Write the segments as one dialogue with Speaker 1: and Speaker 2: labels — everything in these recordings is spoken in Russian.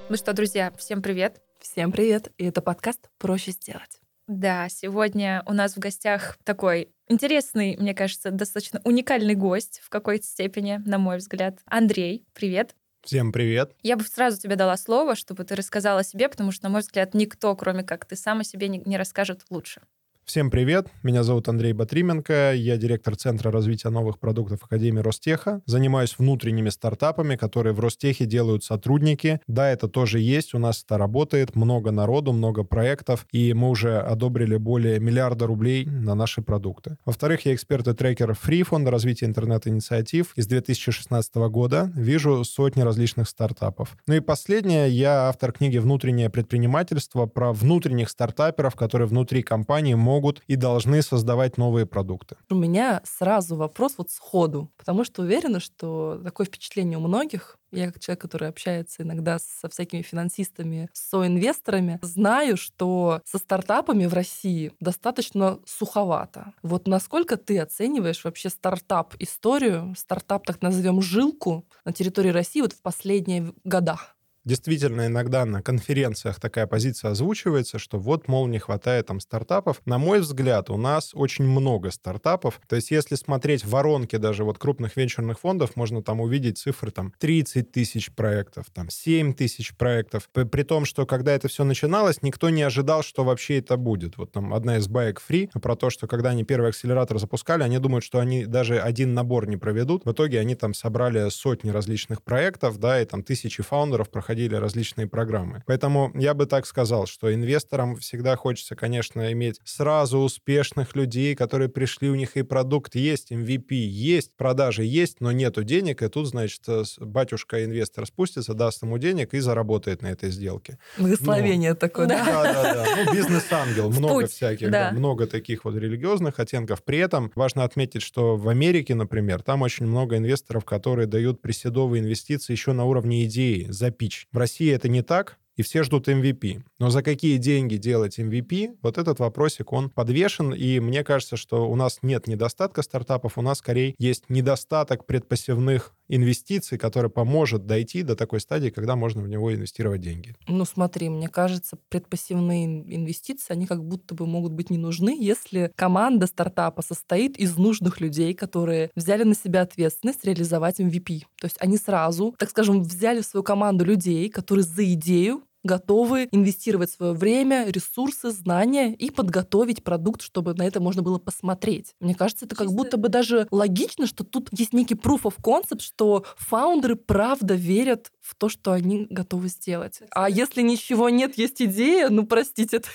Speaker 1: Ну что, друзья, всем привет.
Speaker 2: Всем привет, и это подкаст «Проще сделать».
Speaker 1: Да, сегодня у нас в гостях такой интересный, мне кажется, достаточно уникальный гость в какой-то степени, на мой взгляд. Андрей, привет.
Speaker 3: Всем привет.
Speaker 1: Я бы сразу тебе дала слово, чтобы ты рассказал о себе, потому что, на мой взгляд, никто, кроме как ты сам, о себе не расскажет лучше.
Speaker 3: Всем привет, меня зовут Андрей Батрименко, я директор Центра развития новых продуктов Академии Ростеха. Занимаюсь внутренними стартапами, которые в Ростехе делают сотрудники. Да, это тоже есть, у нас это работает, много народу, много проектов, и мы уже одобрили более 1 миллиарда рублей на наши продукты. Во-вторых, я эксперт и трекер Free фонда развития интернет-инициатив. Из 2016 года вижу сотни различных стартапов. Ну и последнее, я автор книги «Внутреннее предпринимательство» про внутренних стартаперов, которые внутри компании могут и должны создавать новые продукты.
Speaker 2: У меня сразу вопрос вот сходу, потому что уверена, что такое впечатление у многих. Я как человек, который общается иногда со всякими финансистами, соинвесторами, знаю, что со стартапами в России достаточно суховато. Вот насколько ты оцениваешь вообще стартап-историю, стартап, так назовем, жилку на территории России вот в последние года?
Speaker 3: Действительно, иногда на конференциях такая позиция озвучивается, что вот, мол, не хватает там стартапов. На мой взгляд, у нас очень много стартапов. То есть, если смотреть воронки даже вот крупных венчурных фондов, можно там увидеть цифры там 30 тысяч проектов, там 7 тысяч проектов. При том, что когда это все начиналось, никто не ожидал, что вообще это будет. Вот там одна из баек Free про то, что когда они первый акселератор запускали, они думают, что они даже один набор не проведут. В итоге они там собрали сотни различных проектов, да, и там тысячи фаундеров проходили различные программы. Поэтому я бы так сказал, что инвесторам всегда хочется, конечно, иметь сразу успешных людей, которые пришли, у них и продукт есть, MVP есть, продажи есть, но нету денег, и тут, значит, батюшка-инвестор спустится, даст ему денег и заработает на этой сделке.
Speaker 2: Благословение такое, да?
Speaker 3: Да. Ну, бизнес-ангел, много всяких, да, много таких вот религиозных оттенков. При этом важно отметить, что в Америке, например, там очень много инвесторов, которые дают приседовые инвестиции еще на уровне идеи, за пич. В России это не так, и все ждут MVP. Но за какие деньги делать MVP, вот этот вопросик, он подвешен, и мне кажется, что у нас нет недостатка стартапов, у нас скорее есть недостаток предпосевных инвестиций, который поможет дойти до такой стадии, когда можно в него инвестировать деньги.
Speaker 2: Ну смотри, мне кажется, предпассивные инвестиции, они как будто бы могут быть не нужны, если команда стартапа состоит из нужных людей, которые взяли на себя ответственность реализовать MVP. То есть они сразу, так скажем, взяли в свою команду людей, которые за идею готовы инвестировать свое время, ресурсы, знания и подготовить продукт, чтобы на это можно было посмотреть. Мне кажется, это как будто бы даже логично, что тут есть некий proof of concept, что фаундеры правда верят в то, что они готовы сделать. А если ничего нет, есть идея, ну, простите, это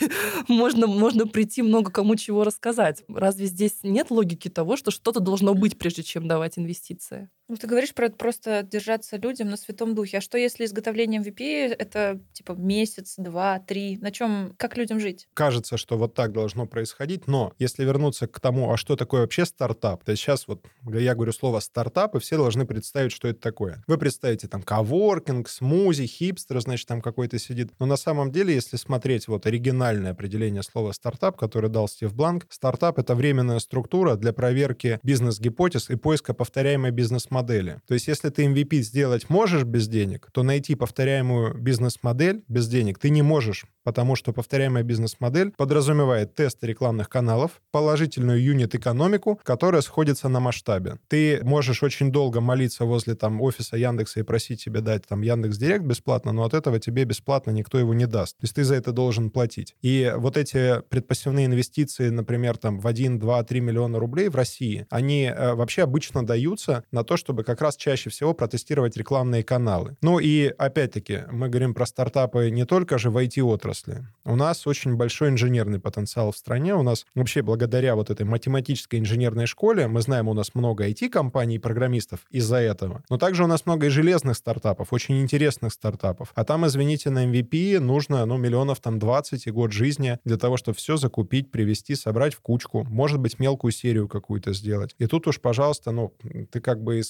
Speaker 2: можно прийти много кому чего рассказать. Разве здесь нет логики того, что что-то должно быть, прежде чем давать инвестиции?
Speaker 1: Ну, ты говоришь про это просто держаться людям на святом духе. А что, если изготовление MVP это типа месяц, 2, 3? На чем, как людям жить?
Speaker 3: Кажется, что вот так должно происходить, но если вернуться к тому, а что такое вообще стартап, то сейчас вот я говорю слово стартап, и все должны представить, что это такое. Вы представите там коворкинг, смузи, хипстер, значит, там какой-то сидит. Но на самом деле, если смотреть вот оригинальное определение слова стартап, которое дал Стив Бланк, стартап — это временная структура для проверки бизнес-гипотез и поиска повторяемой бизнес-модели. То есть, если ты MVP сделать можешь без денег, то найти повторяемую бизнес-модель без денег ты не можешь, потому что повторяемая бизнес-модель подразумевает тесты рекламных каналов, положительную юнит-экономику, которая сходится на масштабе. Ты можешь очень долго молиться возле там офиса Яндекса и просить тебе дать там Яндекс.Директ бесплатно, но от этого тебе бесплатно никто его не даст. То есть ты за это должен платить. И вот эти предпассивные инвестиции, например, там в 1, 2, 3 миллиона рублей в России, они вообще обычно даются на то, чтобы как раз чаще всего протестировать рекламные каналы. Ну и опять-таки мы говорим про стартапы не только же в IT-отрасли. У нас очень большой инженерный потенциал в стране. У нас вообще благодаря вот этой математической инженерной школе, мы знаем, у нас много IT-компаний и программистов из-за этого. Но также у нас много и железных стартапов, очень интересных стартапов. А там, извините, на MVP нужно, миллионов там 20 и год жизни для того, чтобы все закупить, привезти, собрать в кучку. Может быть, мелкую серию какую-то сделать. И тут уж, пожалуйста, ты как бы из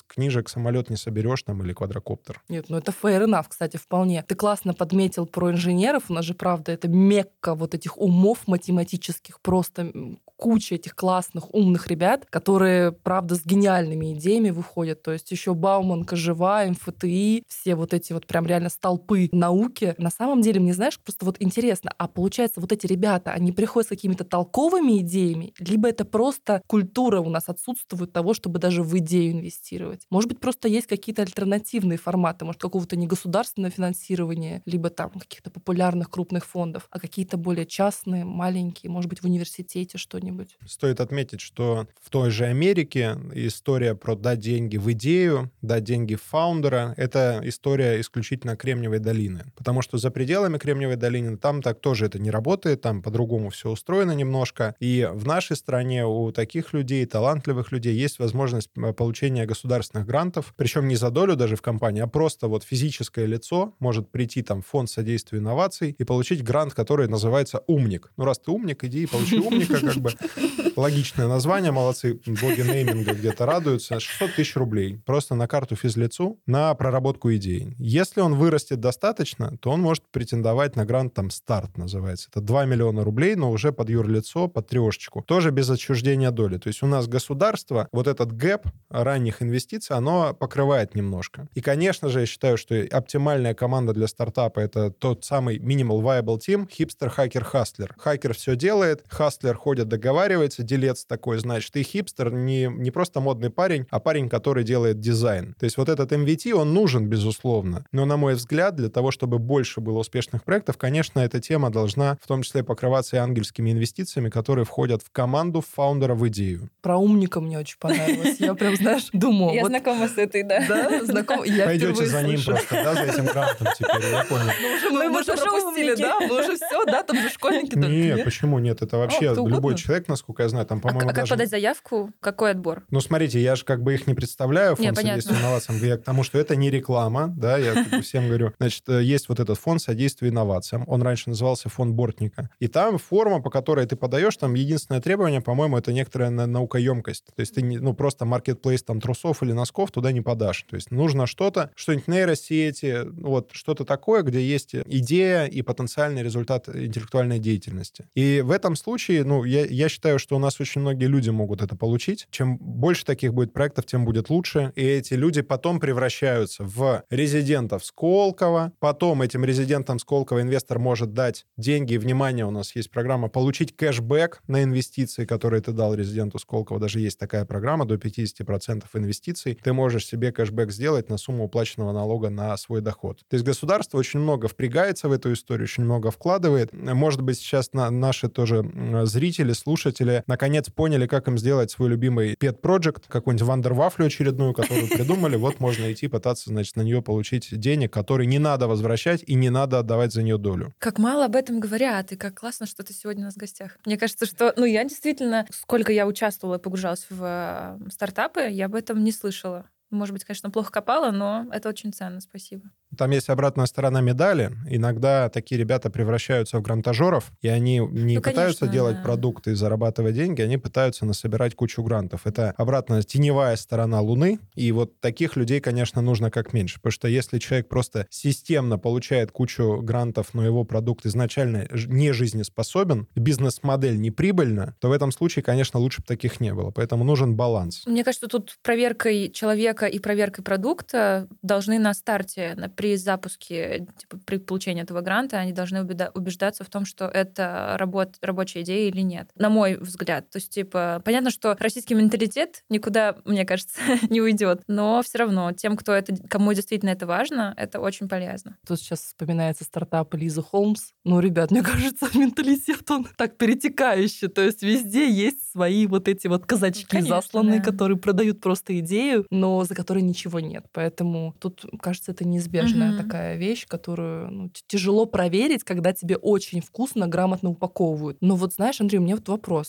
Speaker 3: книжек самолет не соберешь там или квадрокоптер.
Speaker 2: Нет, ну это fair enough, кстати, вполне. Ты классно подметил про инженеров. У нас же, правда, это мекка вот этих умов математических, просто куча этих классных, умных ребят, которые, правда, с гениальными идеями выходят. То есть еще Бауманка жива, МФТИ, все вот эти вот прям реально столпы науки. На самом деле, мне, знаешь, просто вот интересно, а получается, вот эти ребята, они приходят с какими-то толковыми идеями, либо это просто культура у нас отсутствует того, чтобы даже в идею инвестировать? Может быть, просто есть какие-то альтернативные форматы, может, какого-то негосударственного финансирования, либо там каких-то популярных крупных фондов, а какие-то более частные, маленькие, может быть, в университете что-нибудь.
Speaker 3: Стоит отметить, что в той же Америке история про дать деньги в идею, дать деньги в фаундера — это история исключительно Кремниевой долины. Потому что за пределами Кремниевой долины там так тоже это не работает, там по-другому все устроено немножко. И в нашей стране у таких людей, талантливых людей, есть возможность получения государственных грантов, причем не за долю даже в компании, а просто вот физическое лицо может прийти там в фонд содействия инноваций и получить грант, который называется «Умник». Ну, раз ты умник, иди и получи умника, как бы. Логичное название, молодцы, боги нейминга где-то радуются. 600 тысяч рублей просто на карту физлицу на проработку идей. Если он вырастет достаточно, то он может претендовать на грант, там, «Старт» называется. Это 2 миллиона рублей, но уже под юрлицо, под трешечку. Тоже без отчуждения доли. То есть у нас государство, вот этот гэп ранних инвестиций, оно покрывает немножко. И, конечно же, я считаю, что оптимальная команда для стартапа — это тот самый minimal viable team, хипстер, хакер, хастлер. Хакер все делает, хастлер ходит, договаривается, делец такой, значит, и хипстер не просто модный парень, а парень, который делает дизайн. То есть вот этот MVP, он нужен, безусловно. Но, на мой взгляд, для того, чтобы больше было успешных проектов, конечно, эта тема должна в том числе покрываться и ангельскими инвестициями, которые входят в команду фаундера, в идею.
Speaker 2: Про умника мне очень понравилось. Я прям, знаешь, думаю...
Speaker 1: Я знакома с этой, да.
Speaker 2: Да, знакома.
Speaker 3: Пойдете за ним просто, да, за этим грантом теперь, я понял.
Speaker 2: Мы уже пропустили, да? Мы уже все, да? Там же школьники только.
Speaker 3: Нет, почему нет? Это вообще любой человек, насколько я знаю, там, по-моему,
Speaker 1: как подать заявку? Какой отбор?
Speaker 3: Ну, смотрите, я же как бы их не представляю, фонд содействия инновациям, я к тому, что это не реклама, да, я как бы всем говорю. Значит, есть вот этот фонд содействия инновациям, он раньше назывался фонд Бортника, и там форма, по которой ты подаешь, там единственное требование, по-моему, это некоторая наукоемкость. То есть ты просто маркетплейс там трусов или носков туда не подашь. То есть нужно что-нибудь нейросети, вот что-то такое, где есть идея и потенциальный результат интеллектуальной деятельности. И в этом случае, я считаю, что у нас очень многие люди могут это получить. Чем больше таких будет проектов, тем будет лучше. И эти люди потом превращаются в резидентов Сколково. Потом этим резидентам Сколково инвестор может дать деньги. Внимание, у нас есть программа «Получить кэшбэк на инвестиции», которые ты дал резиденту Сколково. Даже есть такая программа, до 50% инвестиций. Ты можешь себе кэшбэк сделать на сумму уплаченного налога на свой доход. То есть государство очень много впрягается в эту историю, очень много вкладывает. Может быть, сейчас наши тоже зрители, слушатели наконец поняли, как им сделать свой любимый pet project, какую-нибудь вандервафлю очередную, которую придумали. Вот можно идти пытаться, значит, на нее получить денег, которые не надо возвращать и не надо отдавать за нее долю.
Speaker 1: Как мало об этом говорят, и как классно, что ты сегодня у нас в гостях. Мне кажется, что, я действительно, сколько я участвовала и погружалась в стартапы, я об этом не слышала. Может быть, конечно, плохо копала, но это очень ценно. Спасибо.
Speaker 3: Там есть обратная сторона медали. Иногда такие ребята превращаются в грантажеров, и они не пытаются делать продукты и зарабатывать деньги, они пытаются насобирать кучу грантов. Это обратная теневая сторона Луны, и вот таких людей, конечно, нужно как меньше. Потому что если человек просто системно получает кучу грантов, но его продукт изначально не жизнеспособен, бизнес-модель неприбыльна, то в этом случае, конечно, лучше бы таких не было. Поэтому нужен баланс.
Speaker 1: Мне кажется, тут проверкой человека и проверкой продукта должны на старте, при запуске, при получении этого гранта, они должны убеждаться в том, что это рабочая идея или нет. На мой взгляд. То есть, понятно, что российский менталитет никуда, мне кажется, не уйдет, но все равно тем, кому действительно это важно, это очень полезно.
Speaker 2: Тут сейчас вспоминается стартап Лизы Холмс. Ребят, мне кажется, менталитет, он так перетекающий. То есть везде есть свои вот эти вот казачки, конечно, засланные, да, которые продают просто идею, но за которой ничего нет. Поэтому тут, кажется, это неизбежная такая вещь, которую тяжело проверить, когда тебе очень вкусно, грамотно упаковывают. Но вот знаешь, Андрей, у меня вот вопрос. Вот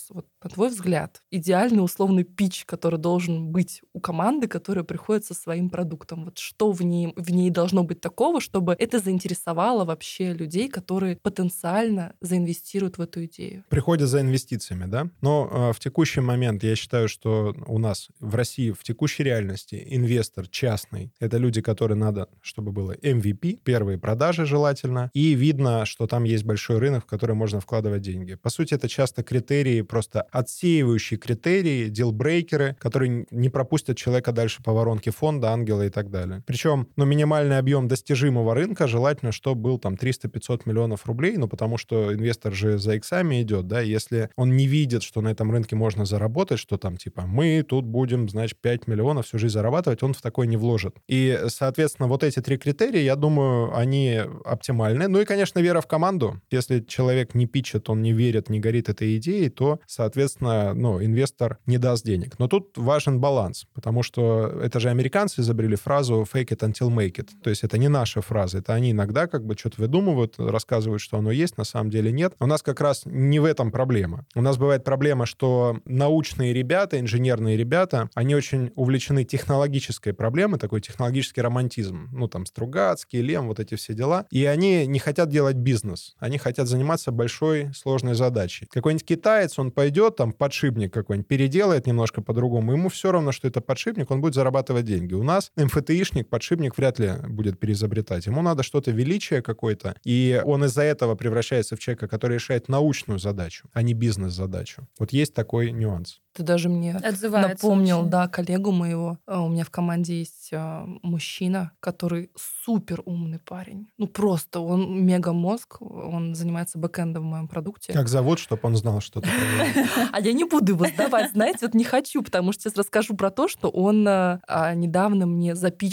Speaker 2: на твой взгляд, идеальный условный питч, который должен быть у команды, которая приходит со своим продуктом? Вот что в ней должно быть такого, чтобы это заинтересовало вообще людей, которые потенциально заинвестируют в эту идею?
Speaker 3: Приходят за инвестициями, да? Но в текущий момент я считаю, что у нас в России в текущей реальности инвестор частный — это люди, которые надо, чтобы было MVP, первые продажи желательно, и видно, что там есть большой рынок, в который можно вкладывать деньги. По сути, это часто критерии, просто отсеивающие критерии, дилбрейкеры, которые не пропустят человека дальше по воронке фонда, ангела и так далее. Причем, минимальный объем достижимого рынка желательно, чтобы был там 300-500 миллионов рублей, потому что инвестор же за иксами идет, да, если он не видит, что на этом рынке можно заработать, что там типа мы тут будем, значит, 5 миллионов всю жизнь зарабатывать, он в такой не вложит. И, соответственно, вот эти 3 критерия, я думаю, они оптимальны. Ну и, конечно, вера в команду. Если человек не питчит, он не верит, не горит этой идеей, то, соответственно, инвестор не даст денег. Но тут важен баланс, потому что это же американцы изобрели фразу «fake it until make it». То есть это не наша фраза, это они иногда как бы что-то выдумывают, рассказывают, что оно есть, на самом деле нет. У нас как раз не в этом проблема. У нас бывает проблема, что научные ребята, инженерные ребята, они очень увлечены технологической проблемой, такой технологический романтизм. Там Стругацкий, Лем, вот эти все дела. И они не хотят делать бизнес. Они хотят заниматься большой, сложной задачей. Какой-нибудь китаец, он пойдет, там, подшипник какой-нибудь, переделает немножко по-другому. Ему все равно, что это подшипник, он будет зарабатывать деньги. У нас МФТИшник подшипник вряд ли будет переизобретать. Ему надо что-то величие какое-то, и он из-за этого превращается в человека, который решает научную задачу, а не бизнес-задачу. Вот есть такой нюанс.
Speaker 2: Ты даже мне напомнил, да, коллегу моего. У меня в команде есть мужчина, который супер умный парень. Просто он мега-мозг, он занимается бэкэндом в моем продукте.
Speaker 3: Как зовут, чтобы он знал, что ты говоришь?
Speaker 2: А я не буду его сдавать, знаете, не хочу, потому что сейчас расскажу про то, что он недавно мне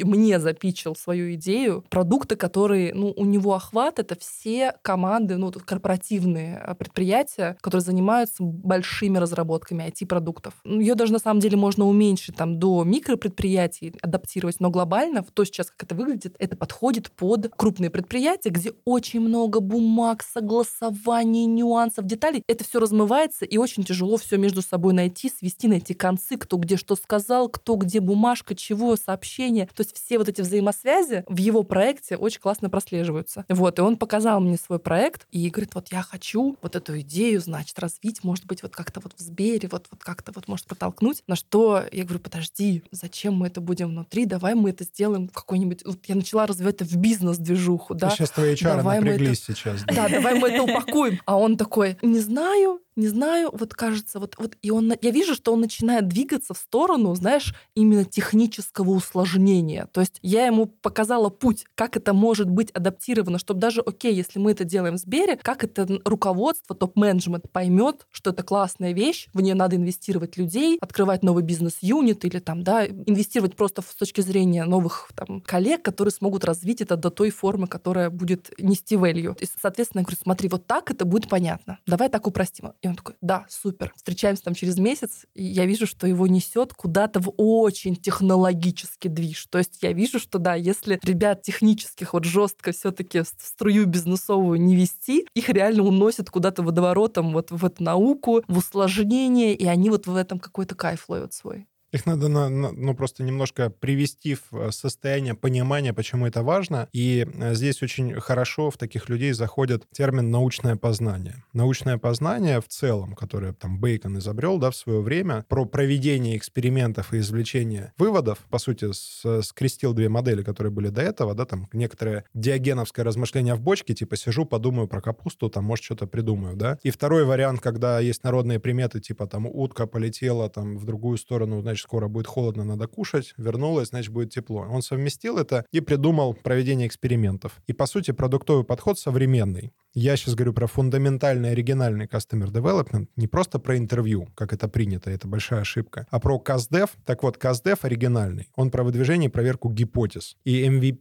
Speaker 2: запичил свою идею продукта, который, у него охват, это все команды, корпоративные предприятия, которые занимаются большими разработками IT-продуктов. Ее даже на самом деле можно уменьшить до микропредприятий, адаптировать, но глобально, то сейчас, как это выглядит, это подходит под крупные предприятия, где очень много бумаг, согласований, нюансов, деталей. Это все размывается, и очень тяжело все между собой найти концы, кто где что сказал, кто где бумажка, чего, сообщение. То есть все вот эти взаимосвязи в его проекте очень классно прослеживаются. И он показал мне свой проект и говорит, я хочу вот эту идею, значит, развить, может быть, как-то в Сбере, как-то может протолкнуть. На что я говорю, подожди, зачем мы это будем внутри? Давай мы это сделаем в какой-нибудь... Я начала развивать это в бизнес-движуху, да?
Speaker 3: Сейчас твои HR напряглись сейчас.
Speaker 2: Да, давай мы это упакуем. А он такой, не знаю, кажется, и я вижу, что он начинает двигаться в сторону, знаешь, именно технического усложнения. То есть я ему показала путь, как это может быть адаптировано, чтобы даже, окей, если мы это делаем в Сбере, как это руководство, топ-менеджмент поймет, что это классная вещь, в нее надо инвестировать людей, открывать новый бизнес-юнит или инвестировать просто с точки зрения новых коллег, которые смогут развить это до той формы, которая будет нести value. И, соответственно, я говорю, смотри, так это будет понятно. Давай так упростим. И он такой, да, супер. Встречаемся через месяц, и я вижу, что его несет куда-то в очень технологический движ. То есть я вижу, что да, если ребят технических жестко все-таки в струю бизнесовую не вести, их реально уносят куда-то водоворотом в эту науку, в усложнение, и они в этом какой-то кайф ловят свой.
Speaker 3: Их надо просто немножко привести в состояние понимания, почему это важно. И здесь очень хорошо в таких людей заходит термин «научное познание». Научное познание в целом, которое Бейкон изобрел, в свое время, про проведение экспериментов и извлечение выводов, по сути, скрестил две модели, которые были до этого, некоторое диогеновское размышление в бочке, типа сижу, подумаю про капусту, может, что-то придумаю, да. И второй вариант, когда есть народные приметы, типа утка полетела в другую сторону, значит, скоро будет холодно, надо кушать, вернулась, значит, будет тепло. Он совместил это и придумал проведение экспериментов. И, по сути, продуктовый подход современный. Я сейчас говорю про фундаментальный, оригинальный customer development, не просто про интервью, как это принято, это большая ошибка, а про CastDev. Так вот, CastDev оригинальный, он про выдвижение и проверку гипотез. И MVP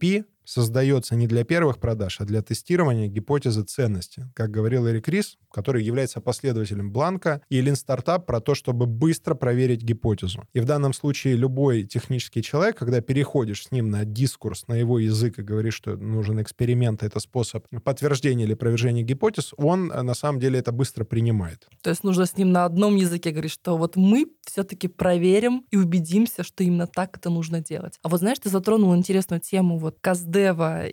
Speaker 3: создается не для первых продаж, а для тестирования гипотезы ценности. Как говорил Эрик Рис, который является последователем Бланка, и Lean Startup про то, чтобы быстро проверить гипотезу. И в данном случае любой технический человек, когда переходишь с ним на дискурс, на его язык и говоришь, что нужен эксперимент, это способ подтверждения или опровержения гипотез, он на самом деле это быстро принимает.
Speaker 2: То есть нужно с ним на одном языке говорить, что вот мы все-таки проверим и убедимся, что именно так это нужно делать. А вот знаешь, ты затронул интересную тему вот каздева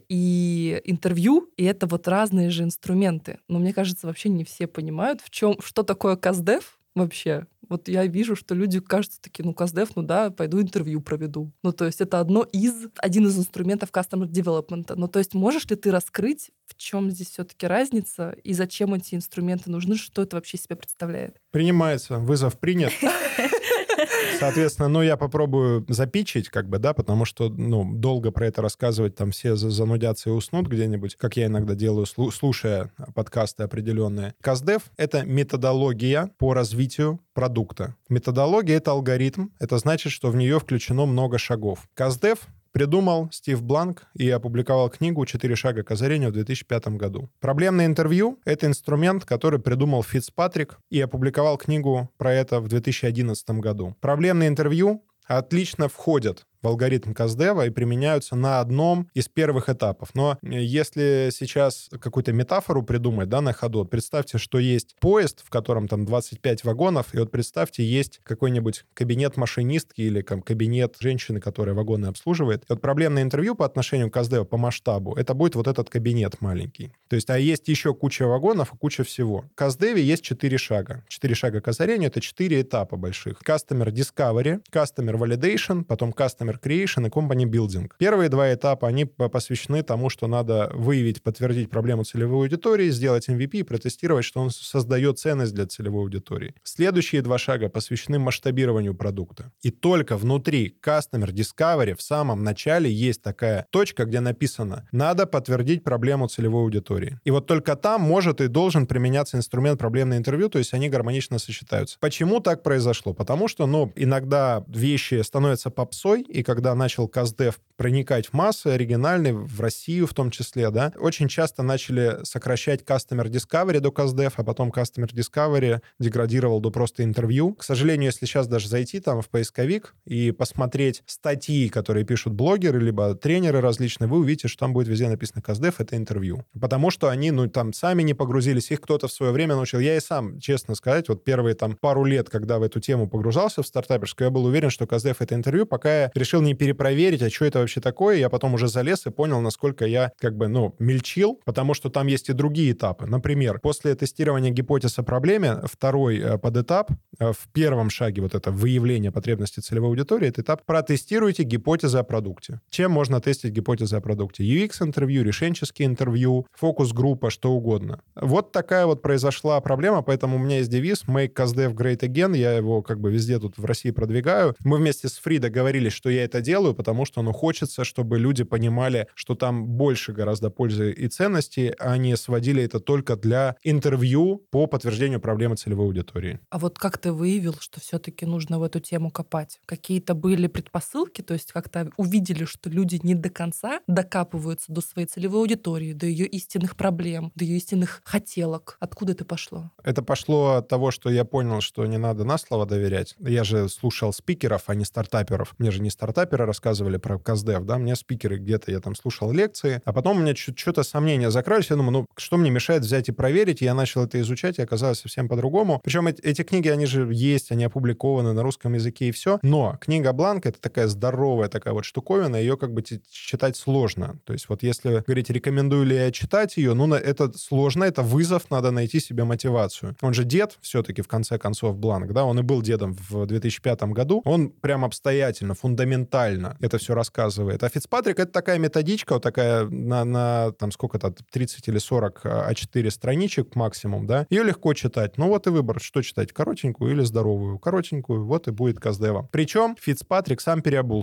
Speaker 2: и интервью, и это вот разные же инструменты. Но мне кажется, вообще не все понимают, что такое каздев вообще. Вот я вижу, что люди, кажется, такие, ну, каздев, ну да, пойду интервью проведу. Ну, то есть это один из инструментов customer development. Ну, то есть можешь ли ты раскрыть, в чем здесь все-таки разница и зачем эти инструменты нужны, что это вообще из себя представляет?
Speaker 3: Принимается, вызов принят. Соответственно, я попробую запичить, потому что, долго про это рассказывать, там все занудятся и уснут где-нибудь, как я иногда делаю, слушая подкасты определенные. Каздев — это методология по развитию продукта. Методология — это алгоритм, это значит, что в нее включено много шагов. Каздев придумал Стив Бланк и опубликовал книгу «4 шага к озарению» в 2005 году. Проблемное интервью — это инструмент, который придумал Фицпатрик и опубликовал книгу про это в 2011 году. Проблемные интервью отлично входят в алгоритм каздева и применяются на одном из первых этапов. Но если сейчас какую-то метафору придумать, на ходу, представьте, что есть поезд, в котором там 25 вагонов, и вот представьте, есть какой-нибудь кабинет машинистки или кабинет женщины, которая вагоны обслуживает. И вот проблемное интервью по отношению к каздеву по масштабу, это будет вот этот кабинет маленький. То есть, есть еще куча вагонов и куча всего. В каздеве есть 4 шага. 4 шага к озарению — это 4 этапа больших. Customer Discovery, Customer Validation, потом Customer Creation и Company Building. Первые 2 этапа, они посвящены тому, что надо выявить, подтвердить проблему целевой аудитории, сделать MVP и протестировать, что он создает ценность для целевой аудитории. Следующие 2 шага посвящены масштабированию продукта. И только внутри Customer Discovery в самом начале есть такая точка, где написано «надо подтвердить проблему целевой аудитории». И вот только там может и должен применяться инструмент проблемное интервью, то есть они гармонично сочетаются. Почему так произошло? Потому что, иногда вещи становятся попсой, и когда начал каздев проникать в массы, оригинальный, в Россию в том числе, очень часто начали сокращать Customer Discovery до каздев, а потом Customer Discovery деградировал до просто интервью. К сожалению, если сейчас даже зайти там в поисковик и посмотреть статьи, которые пишут блогеры, либо тренеры различные, вы увидите, что там будет везде написано каздев — это интервью. Потому что они, там сами не погрузились, их кто-то в свое время научил. Я и сам, честно сказать, вот первые пару лет, когда в эту тему погружался в стартаперскую, я был уверен, что каздев — это интервью, пока я решил не перепроверить, а что это вообще такое. Я потом уже залез и понял, насколько я мельчил, потому что там есть и другие этапы. Например, после тестирования гипотез о проблеме, второй подэтап, в первом шаге вот это выявление потребностей целевой аудитории, это этап «протестируйте гипотезы о продукте». Чем можно тестить гипотезы о продукте? UX-интервью, решенческие интервью, фокус-группа, что угодно. Вот такая вот произошла проблема, поэтому у меня есть девиз «Make CastDev Great Again», я его везде тут в России продвигаю. Мы вместе с Фри договорились, что я это делаю, потому что хочется, чтобы люди понимали, что там больше гораздо пользы и ценности, а не сводили это только для интервью по подтверждению проблемы целевой аудитории.
Speaker 2: А вот как ты выявил, что все-таки нужно в эту тему копать? Какие-то были предпосылки, то есть как-то увидели, что люди не до конца докапываются до своей целевой аудитории, до ее истинных проблем, до ее истинных хотелок? Откуда это пошло?
Speaker 3: Это пошло от того, что я понял, что не надо на слово доверять. Я же слушал спикеров, а не стартаперов. Мне же не стартаперы рассказывали про каздев, мне спикеры где-то, я там слушал лекции, а потом у меня что-то сомнения закрались, я думаю, что мне мешает взять и проверить, я начал это изучать, и оказалось совсем по-другому. Причем эти книги, они же есть, они опубликованы на русском языке и все, но книга Бланка — это такая здоровая такая вот штуковина, ее читать сложно. То есть вот если говорить, рекомендую ли я читать ее, это сложно, это вызов, надо найти себе мотивацию. Он же дед все-таки, в конце концов, Бланк, он и был дедом в 2005 году, он прям обстоятельно, фундаментально это все рассказывает. А Фицпатрик — это такая методичка, вот такая на там сколько-то, 30 или 40 А4 страничек максимум, ее легко читать. Вот и выбор, что читать, коротенькую или здоровую. Коротенькую, вот и будет каздевом. Причем Фицпатрик сам переобулся.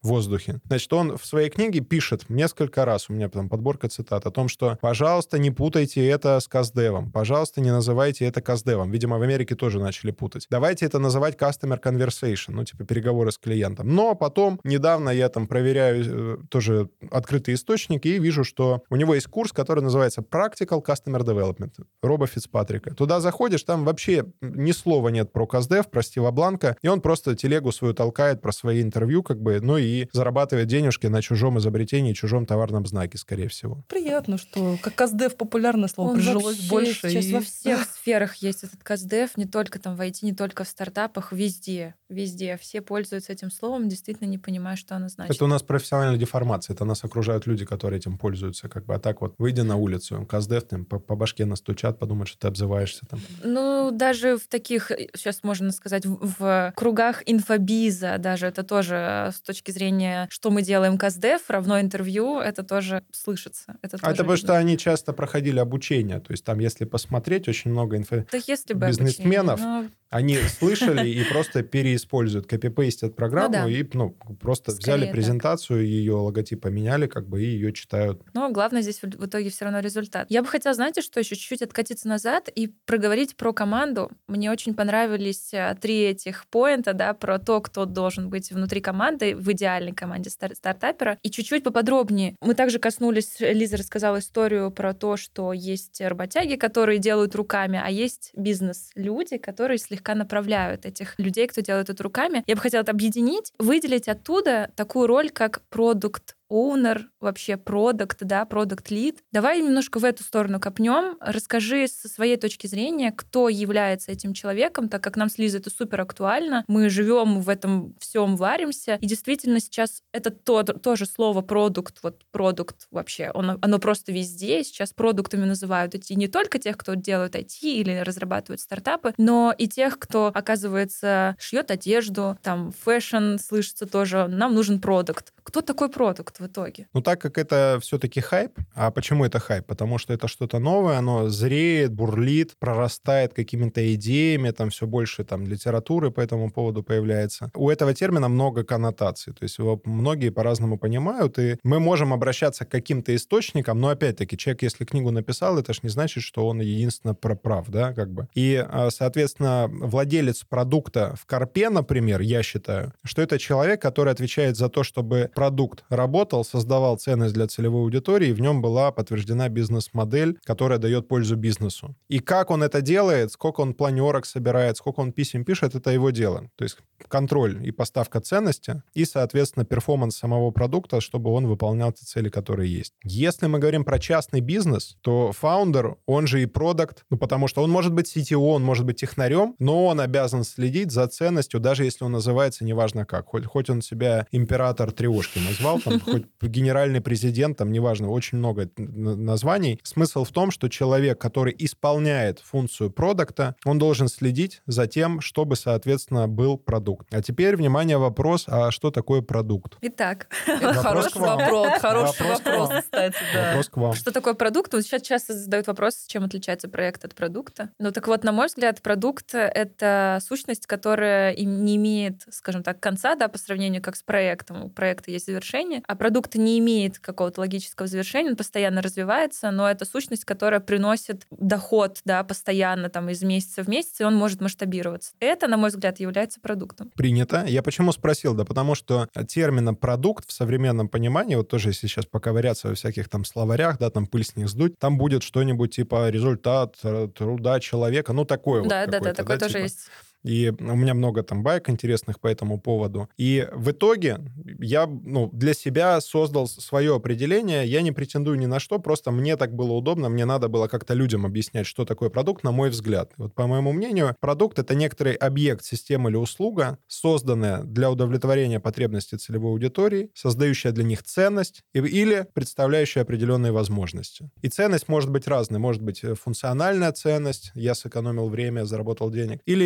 Speaker 3: в воздухе. Значит, он в своей книге пишет несколько раз, у меня там подборка цитат, о том, что, пожалуйста, не путайте это с каздевом, пожалуйста, не называйте это каздевом. Видимо, в Америке тоже начали путать. Давайте это называть customer conversation, ну, типа переговоры с клиентом. Но потом, недавно я там проверяю тоже открытые источники и вижу, что у него есть курс, который называется Practical Customer Development Роба Фицпатрика. Туда заходишь, там вообще ни слова нет про каздев, про Стива Бланка, и он просто телегу свою толкает про свои интервью, как бы, ну и зарабатывает денежки на чужом изобретении, чужом товарном знаке, скорее всего.
Speaker 2: Приятно, что как каздев популярное слово
Speaker 1: Он
Speaker 2: прижилось
Speaker 1: вообще
Speaker 2: больше.
Speaker 1: Сейчас во всех сферах есть этот каздев, не только там в IT, не только в стартапах, везде. Везде. Все пользуются этим словом, действительно не понимая, что оно значит.
Speaker 3: Это у нас профессиональная деформация. Это нас окружают люди, которые этим пользуются. Как бы, а так вот, выйди на улицу, каздев, там, по башке настучат, подумают, что ты обзываешься там.
Speaker 1: Ну, даже в таких, сейчас можно сказать, в кругах инфобиза, даже это тоже с точки зрения, что мы делаем каздев, равно интервью, это тоже слышится. Это
Speaker 3: потому что они часто проходили обучение. То есть там, если посмотреть, очень много бизнесменов, они слышали и просто переиспользуют, копипейстят программу и просто взяли презентацию, ее логотип поменяли, как бы, и ее читают.
Speaker 1: Но главное здесь в итоге все равно результат. Я бы хотела, знаете, что еще чуть-чуть откатиться назад и проговорить про команду. Мне очень понравились 3 этих поинта, да, про то, кто должен быть внутри команды, в идеальной команде стартапера. И чуть-чуть поподробнее. Мы также коснулись, Лиза рассказала историю про то, что есть работяги, которые делают руками, а есть бизнес-люди, которые слегка направляют этих людей, кто делает это руками. Я бы хотела это объединить, выделить оттуда такую роль, как продукт оунер, вообще продукт, да, продукт-лид. Давай немножко в эту сторону копнем. Расскажи со своей точки зрения, кто является этим человеком, так как нам с Лизой это супер актуально. Мы живем в этом всем, варимся. И действительно сейчас это тоже слово продукт, вот продукт вообще, оно просто везде. Сейчас продуктами называют и не только тех, кто делают IT или разрабатывают стартапы, но и тех, кто, оказывается, шьет одежду, там, фэшн, слышится тоже, нам нужен продукт. Кто такой продукт в итоге?
Speaker 3: Ну, так как это все-таки хайп, а почему это хайп? Потому что это что-то новое, оно зреет, бурлит, прорастает какими-то идеями, там все больше там литературы по этому поводу появляется. У этого термина много коннотаций, то есть его многие по-разному понимают, и мы можем обращаться к каким-то источникам, но опять-таки человек, если книгу написал, это ж не значит, что он единственно прав, да, как бы. И, соответственно, владелец продукта в Карпе, например, я считаю, что это человек, который отвечает за то, чтобы продукт работал, создавал ценность для целевой аудитории, и в нем была подтверждена бизнес-модель, которая дает пользу бизнесу. И как он это делает, сколько он планерок собирает, сколько он писем пишет, это его дело. То есть контроль и поставка ценности, и, соответственно, перформанс самого продукта, чтобы он выполнял те цели, которые есть. Если мы говорим про частный бизнес, то фаундер, он же и продакт, потому что он может быть CTO, он может быть технарем, но он обязан следить за ценностью, даже если он называется неважно как. Хоть он себя император Триошки назвал, там, хоть генеральный президент, там, неважно, очень много названий. Смысл в том, что человек, который исполняет функцию продукта, он должен следить за тем, чтобы, соответственно, был продукт. А теперь, внимание, вопрос, а что такое продукт?
Speaker 1: Итак.
Speaker 2: Хороший вопрос, кстати, да.
Speaker 3: Вопрос к вам.
Speaker 1: Что такое продукт? Вот сейчас часто задают вопрос, чем отличается проект от продукта. Ну так вот, на мой взгляд, продукт — это сущность, которая не имеет, скажем так, конца, да, по сравнению как с проектом. У проекта есть завершение, а продукт не имеет какого-то логического завершения, он постоянно развивается, но это сущность, которая приносит доход, да, постоянно там из месяца в месяц, и он может масштабироваться. Это, на мой взгляд, является продуктом.
Speaker 3: Принято. Я почему спросил? Да потому что термина «продукт» в современном понимании, вот тоже если сейчас поковыряться во всяких там словарях, да, там пыль с них сдуть, там будет что-нибудь типа результат труда человека, ну такое
Speaker 1: да,
Speaker 3: вот.
Speaker 1: Да, такое тоже
Speaker 3: типа.
Speaker 1: есть.
Speaker 3: И у меня много там баек интересных по этому поводу. И в итоге я для себя создал свое определение. Я не претендую ни на что, просто мне так было удобно, мне надо было как-то людям объяснять, что такое продукт, на мой взгляд. Вот по моему мнению, продукт — это некоторый объект, система или услуга, созданная для удовлетворения потребностей целевой аудитории, создающая для них ценность или представляющая определенные возможности. И ценность может быть разной. Может быть функциональная ценность, я сэкономил время, заработал денег, или эмоциональная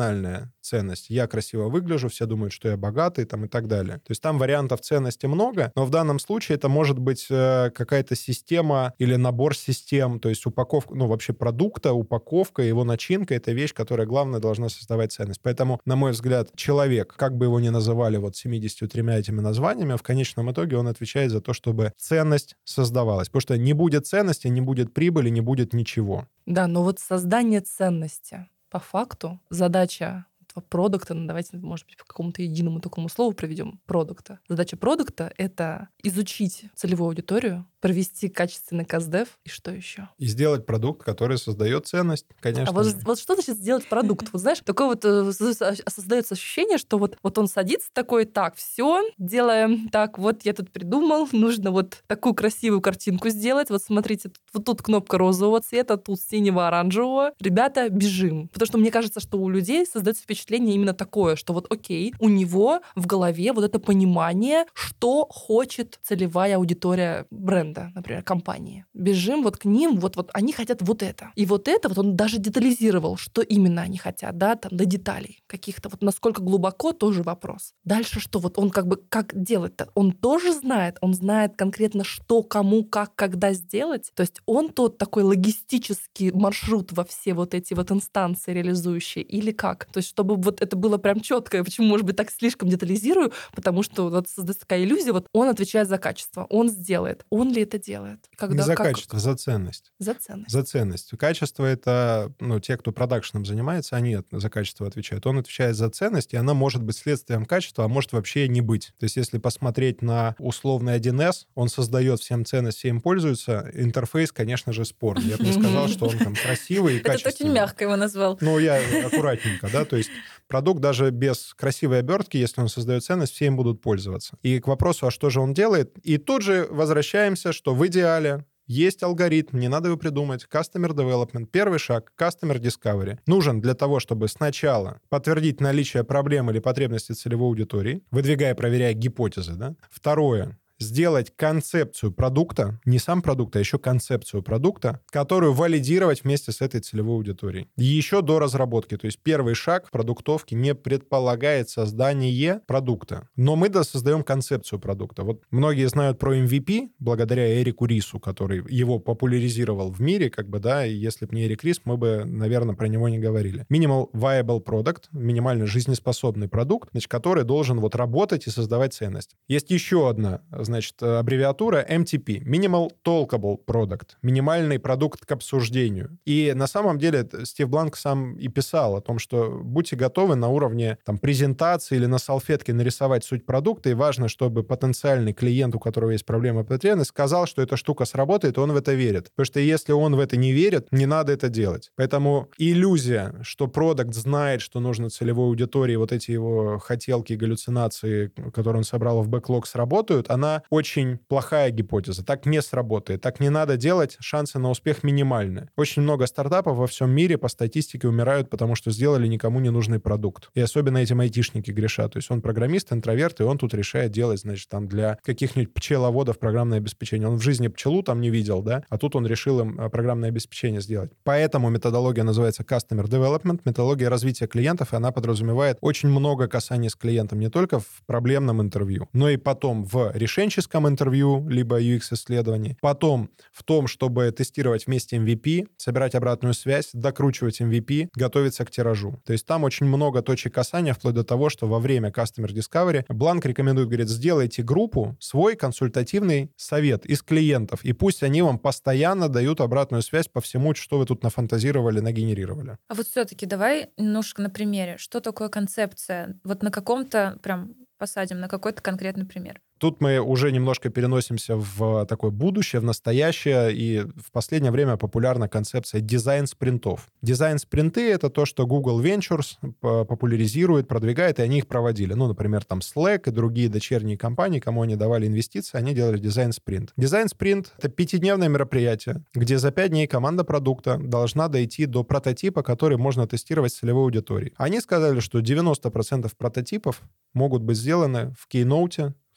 Speaker 3: эмоциональная ценность. Я красиво выгляжу, все думают, что я богатый там, и так далее. То есть там вариантов ценности много, но в данном случае это может быть какая-то система или набор систем, то есть упаковка, ну, вообще продукта, упаковка, его начинка — это вещь, которая, главное, должна создавать ценность. Поэтому, на мой взгляд, человек, как бы его ни называли вот 73 этими названиями, в конечном итоге он отвечает за то, чтобы ценность создавалась. Потому что не будет ценности, не будет прибыли, не будет ничего.
Speaker 2: Да, но вот создание ценности, по факту, задача этого продукта, ну, давайте, может быть, по какому-то единому такому слову проведем, продукта. Задача продукта — это изучить целевую аудиторию, провести качественный КСДФ и что еще?
Speaker 3: И сделать продукт, который создает ценность, конечно.
Speaker 2: А вот что значит сделать продукт? Вот знаешь, такое вот создается ощущение, что вот он садится такой, так, все, делаем так, вот я тут придумал, нужно вот такую красивую картинку сделать, вот смотрите, вот тут кнопка розового цвета, тут синего, оранжевого. Ребята, бежим. Потому что мне кажется, что у людей создается впечатление именно такое, что вот окей, у него в голове вот это понимание, что хочет целевая аудитория бренда, например, компании. Бежим вот к ним, вот они хотят вот это. И вот это вот он даже детализировал, что именно они хотят, да, там до деталей каких-то. Вот насколько глубоко, тоже вопрос. Дальше что? Вот он как делать-то? Он тоже знает, он знает конкретно, что, кому, как, когда сделать. То есть он тот такой логистический маршрут во все вот эти вот инстанции реализующие или как? То есть чтобы вот это было прям четко. Почему, может быть, так слишком детализирую? Потому что вот создается такая иллюзия, вот он отвечает за качество, он сделает. Он ли это делает?
Speaker 3: Не за качество, за ценность.
Speaker 2: За ценность.
Speaker 3: За ценность. Качество — это, те, кто продакшеном занимается, они за качество отвечают. Он отвечает за ценность, и она может быть следствием качества, а может вообще не быть. То есть если посмотреть на условный 1С, он создает всем ценность, все им пользуются. Интерфейс, конечно же, спорный. Я бы не сказал, что он там красивый и качественный.
Speaker 1: Это очень мягко его назвал.
Speaker 3: Я аккуратненько, да, то есть продукт даже без красивой обертки, если он создает ценность, все им будут пользоваться. И к вопросу, а что же он делает? И тут же возвращаемся, что в идеале есть алгоритм, не надо его придумать. Customer Development. Первый шаг — Customer Discovery. Нужен для того, чтобы сначала подтвердить наличие проблем или потребностей целевой аудитории, выдвигая, проверяя гипотезы. Да? Второе — сделать концепцию продукта, не сам продукт, а еще концепцию продукта, которую валидировать вместе с этой целевой аудиторией. И еще до разработки. То есть первый шаг в продуктовке не предполагает создание продукта. Но мы создаем концепцию продукта. Вот многие знают про MVP благодаря Эрику Рису, который его популяризировал в мире, и если бы не Эрик Рис, мы бы, наверное, про него не говорили. Minimal Viable Product, минимально жизнеспособный продукт, который должен работать и создавать ценность. Есть еще одна, аббревиатура MTP, Minimal Talkable Product, минимальный продукт к обсуждению. И на самом деле Стив Бланк сам и писал о том, что будьте готовы на уровне презентации или на салфетке нарисовать суть продукта, и важно, чтобы потенциальный клиент, у которого есть проблема потребность, сказал, что эта штука сработает, и он в это верит. Потому что если он в это не верит, не надо это делать. Поэтому иллюзия, что продукт знает, что нужно целевой аудитории, вот эти его хотелки, галлюцинации, которые он собрал в бэклог, сработают, она очень плохая гипотеза. Так не сработает. Так не надо делать. Шансы на успех минимальны. Очень много стартапов во всем мире по статистике умирают, потому что сделали никому не нужный продукт. И особенно этим айтишники грешат. То есть он программист, интроверт, и он тут решает делать, для каких-нибудь пчеловодов программное обеспечение. Он в жизни пчелу там не видел, да? А тут он решил им программное обеспечение сделать. Поэтому методология называется Customer Development, методология развития клиентов, и она подразумевает очень много касаний с клиентом, не только в проблемном интервью, но и потом в решенческом интервью, либо UX-исследовании. Потом в том, чтобы тестировать вместе MVP, собирать обратную связь, докручивать MVP, готовиться к тиражу. То есть там очень много точек касания, вплоть до того, что во время Customer Discovery Бланк рекомендует, говорит, сделайте группу, свой консультативный совет из клиентов, и пусть они вам постоянно дают обратную связь по всему, что вы тут нафантазировали, нагенерировали.
Speaker 1: А вот все-таки давай немножко на примере. Что такое концепция? Вот на каком-то прям посадим, на какой-то конкретный пример.
Speaker 3: Тут мы уже немножко переносимся в такое будущее, в настоящее, и в последнее время популярна концепция дизайн-спринтов. Дизайн-спринты — это то, что Google Ventures популяризирует, продвигает, и они их проводили. Например, Slack и другие дочерние компании, кому они давали инвестиции, они делали дизайн-спринт. Дизайн-спринт — это 5-дневное мероприятие, где за 5 дней команда продукта должна дойти до прототипа, который можно тестировать с целевой аудиторией. Они сказали, что 90% прототипов могут быть сделаны в кейноуте,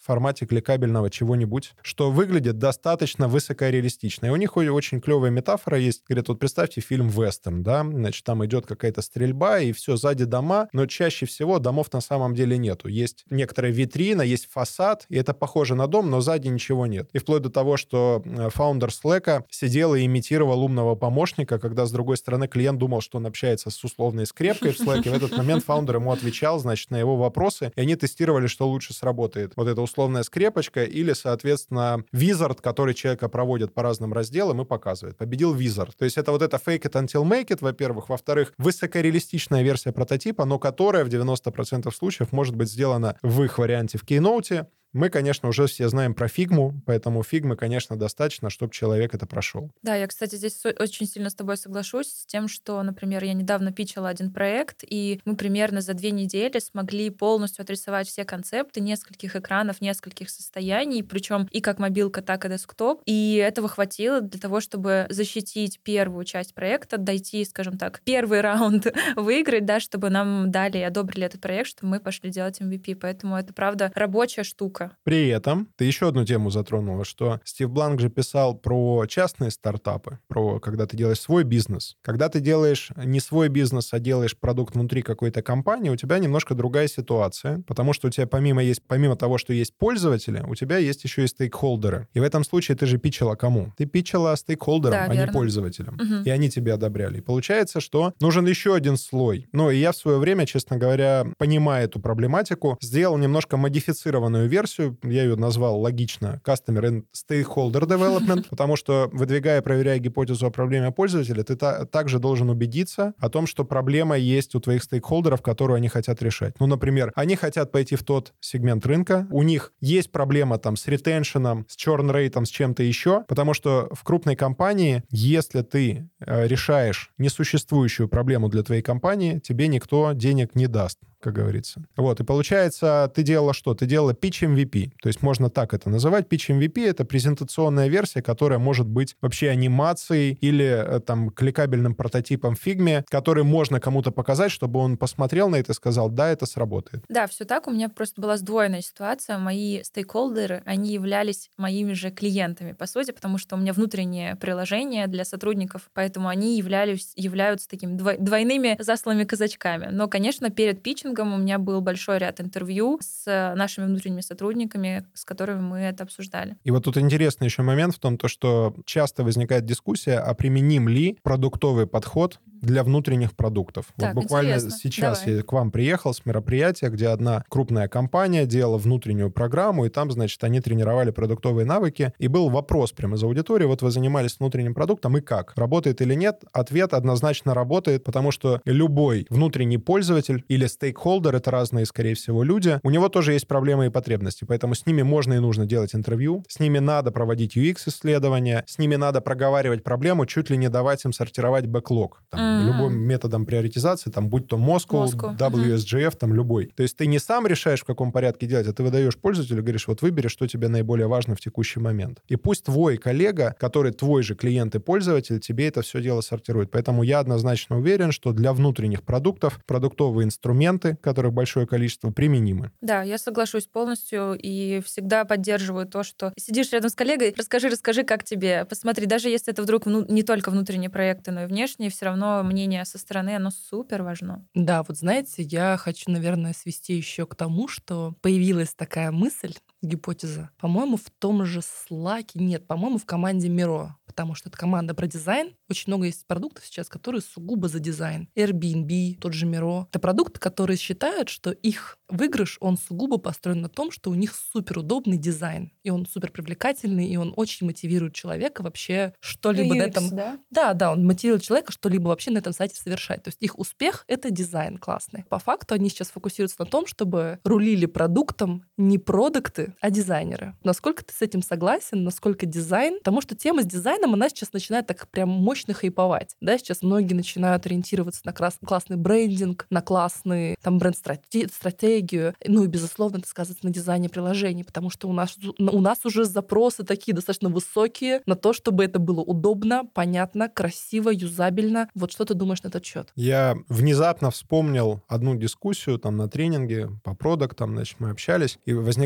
Speaker 3: в формате кликабельного чего-нибудь, что выглядит достаточно высокореалистично. И у них очень клевая метафора есть. Говорят, вот представьте фильм «Вестерн», да, значит, там идет какая-то стрельба, и все, сзади дома, но чаще всего домов на самом деле нету. Есть некоторая витрина, есть фасад, и это похоже на дом, но сзади ничего нет. И вплоть до того, что фаундер Slack сидел и имитировал умного помощника, когда, с другой стороны, клиент думал, что он общается с условной скрепкой в Slack, и в этот момент фаундер ему отвечал, значит, на его вопросы, и они тестировали, что лучше сработает. Вот эта условная скрепочка или, соответственно, Wizard, который человека проводит по разным разделам и показывает. Победил Wizard. То есть это вот это fake it until make it, во-первых. Во-вторых, высокореалистичная версия прототипа, но которая в 90% случаев может быть сделана в их варианте в Keynote. Мы, конечно, уже все знаем про фигму, поэтому фигмы, конечно, достаточно, чтобы человек это прошел.
Speaker 1: Да, я, кстати, здесь очень сильно с тобой соглашусь с тем, что, например, я недавно питчила один проект, и мы примерно за 2 недели смогли полностью отрисовать все концепты нескольких экранов, нескольких состояний, причем и как мобилка, так и десктоп. И этого хватило для того, чтобы защитить первую часть проекта, дойти, скажем так, первый раунд выиграть, да, чтобы нам дали и одобрили этот проект, чтобы мы пошли делать MVP. Поэтому это, правда, рабочая штука.
Speaker 3: При этом ты еще одну тему затронула, что Стив Бланк же писал про частные стартапы, про когда ты делаешь свой бизнес. Когда ты делаешь не свой бизнес, а делаешь продукт внутри какой-то компании, у тебя немножко другая ситуация, потому что у тебя помимо того, что есть пользователи, у тебя есть еще и стейкхолдеры. И в этом случае ты же питчила кому? Ты питчила стейкхолдерам,
Speaker 1: Да,
Speaker 3: а
Speaker 1: верно.
Speaker 3: не пользователям.
Speaker 1: Мгм.
Speaker 3: И они тебе одобряли. И получается, что нужен еще один слой. Ну, и я в свое время, честно говоря, понимая эту проблематику, сделал немножко модифицированную версию. Я ее назвал логично Customer and Stakeholder Development, потому что, выдвигая, проверяя гипотезу о проблеме пользователя, ты также должен убедиться о том, что проблема есть у твоих стейкхолдеров, которую они хотят решать. Ну, например, они хотят пойти в тот сегмент рынка, у них есть проблема там с ретеншеном, с чурн-рейтом, с чем-то еще, потому что в крупной компании, если ты решаешь несуществующую проблему для твоей компании, тебе никто денег не даст, как говорится. Вот, и получается, ты делала что? Ты делала pitch MVP. То есть можно так это называть. Pitch MVP — это презентационная версия, которая может быть вообще анимацией или там кликабельным прототипом в Figma, который можно кому-то показать, чтобы он посмотрел на это и сказал, да, это сработает.
Speaker 1: Да, все так. У меня просто была сдвоенная ситуация. Мои стейкхолдеры, они являлись моими же клиентами, по сути, потому что у меня внутреннее приложение для сотрудников, поэтому они являются такими двойными засланными казачками. Но, конечно, перед питчингом у меня был большой ряд интервью с нашими внутренними сотрудниками, с которыми мы это обсуждали.
Speaker 3: И вот тут интересный еще момент в том, что часто возникает дискуссия, а применим ли продуктовый подход для внутренних продуктов.
Speaker 1: Так,
Speaker 3: вот буквально
Speaker 1: интересно.
Speaker 3: сейчас
Speaker 1: Давай.
Speaker 3: я к вам приехал с мероприятия, где одна крупная компания делала внутреннюю программу, и там, значит, они тренировали продуктовые навыки, и был вопрос прямо из аудитории, вот вы занимались внутренним продуктом, и как? Работает или нет? Ответ однозначно работает, потому что любой внутренний пользователь или стейкхолдер, это разные, скорее всего, люди, у него тоже есть проблемы и потребности, поэтому с ними можно и нужно делать интервью, с ними надо проводить UX-исследования, с ними надо проговаривать проблему, чуть ли не давать им сортировать бэклог. Любым методом приоритизации, там, будь то Moscow, WSGF, там, любой. То есть ты не сам решаешь, в каком порядке делать, а ты выдаешь пользователю, говоришь, вот выбери, что тебе наиболее важно в текущий момент. И пусть твой коллега, который твой же клиент и пользователь, тебе это все дело сортирует. Поэтому я однозначно уверен, что для внутренних продуктов продуктовые инструменты, которых большое количество, применимы.
Speaker 1: Да, я соглашусь полностью и всегда поддерживаю то, что сидишь рядом с коллегой, расскажи, как тебе. Посмотри, даже если это вдруг не только внутренние проекты, но и внешние, все равно мнение со стороны, оно супер важно.
Speaker 2: Да, вот знаете, я хочу, наверное, свести еще к тому, что появилась такая мысль, гипотеза, по-моему, в том же Slack, нет, по-моему, в команде Miro, потому что это команда про дизайн. Очень много есть продуктов сейчас, которые сугубо за дизайн. Airbnb, тот же Miro. Это продукты, которые считают, что их выигрыш, он сугубо построен на том, что у них суперудобный дизайн, и он супер привлекательный, и он очень мотивирует человека вообще что-либо
Speaker 1: UX,
Speaker 2: на этом...
Speaker 1: да?
Speaker 2: Да, он мотивирует человека что-либо вообще на этом сайте совершать. То есть их успех — это дизайн классный. По факту они сейчас фокусируются на том, чтобы рулили продуктом не продукты, а дизайнеры. Насколько ты с этим согласен? Насколько дизайн? Потому что тема с дизайном, она сейчас начинает так прям мощно хайповать. Да, сейчас многие начинают ориентироваться на классный брендинг, на классный там бренд-стратегию. Ну и, безусловно, это сказывается на дизайне приложений, потому что у нас уже запросы такие достаточно высокие на то, чтобы это было удобно, понятно, красиво, юзабельно. Вот что ты думаешь на этот счет?
Speaker 3: Я внезапно вспомнил одну дискуссию там на тренинге по продуктам, значит, мы общались, и возникла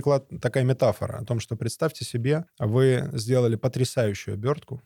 Speaker 3: такая метафора о том, что представьте себе, вы сделали потрясающую обертку,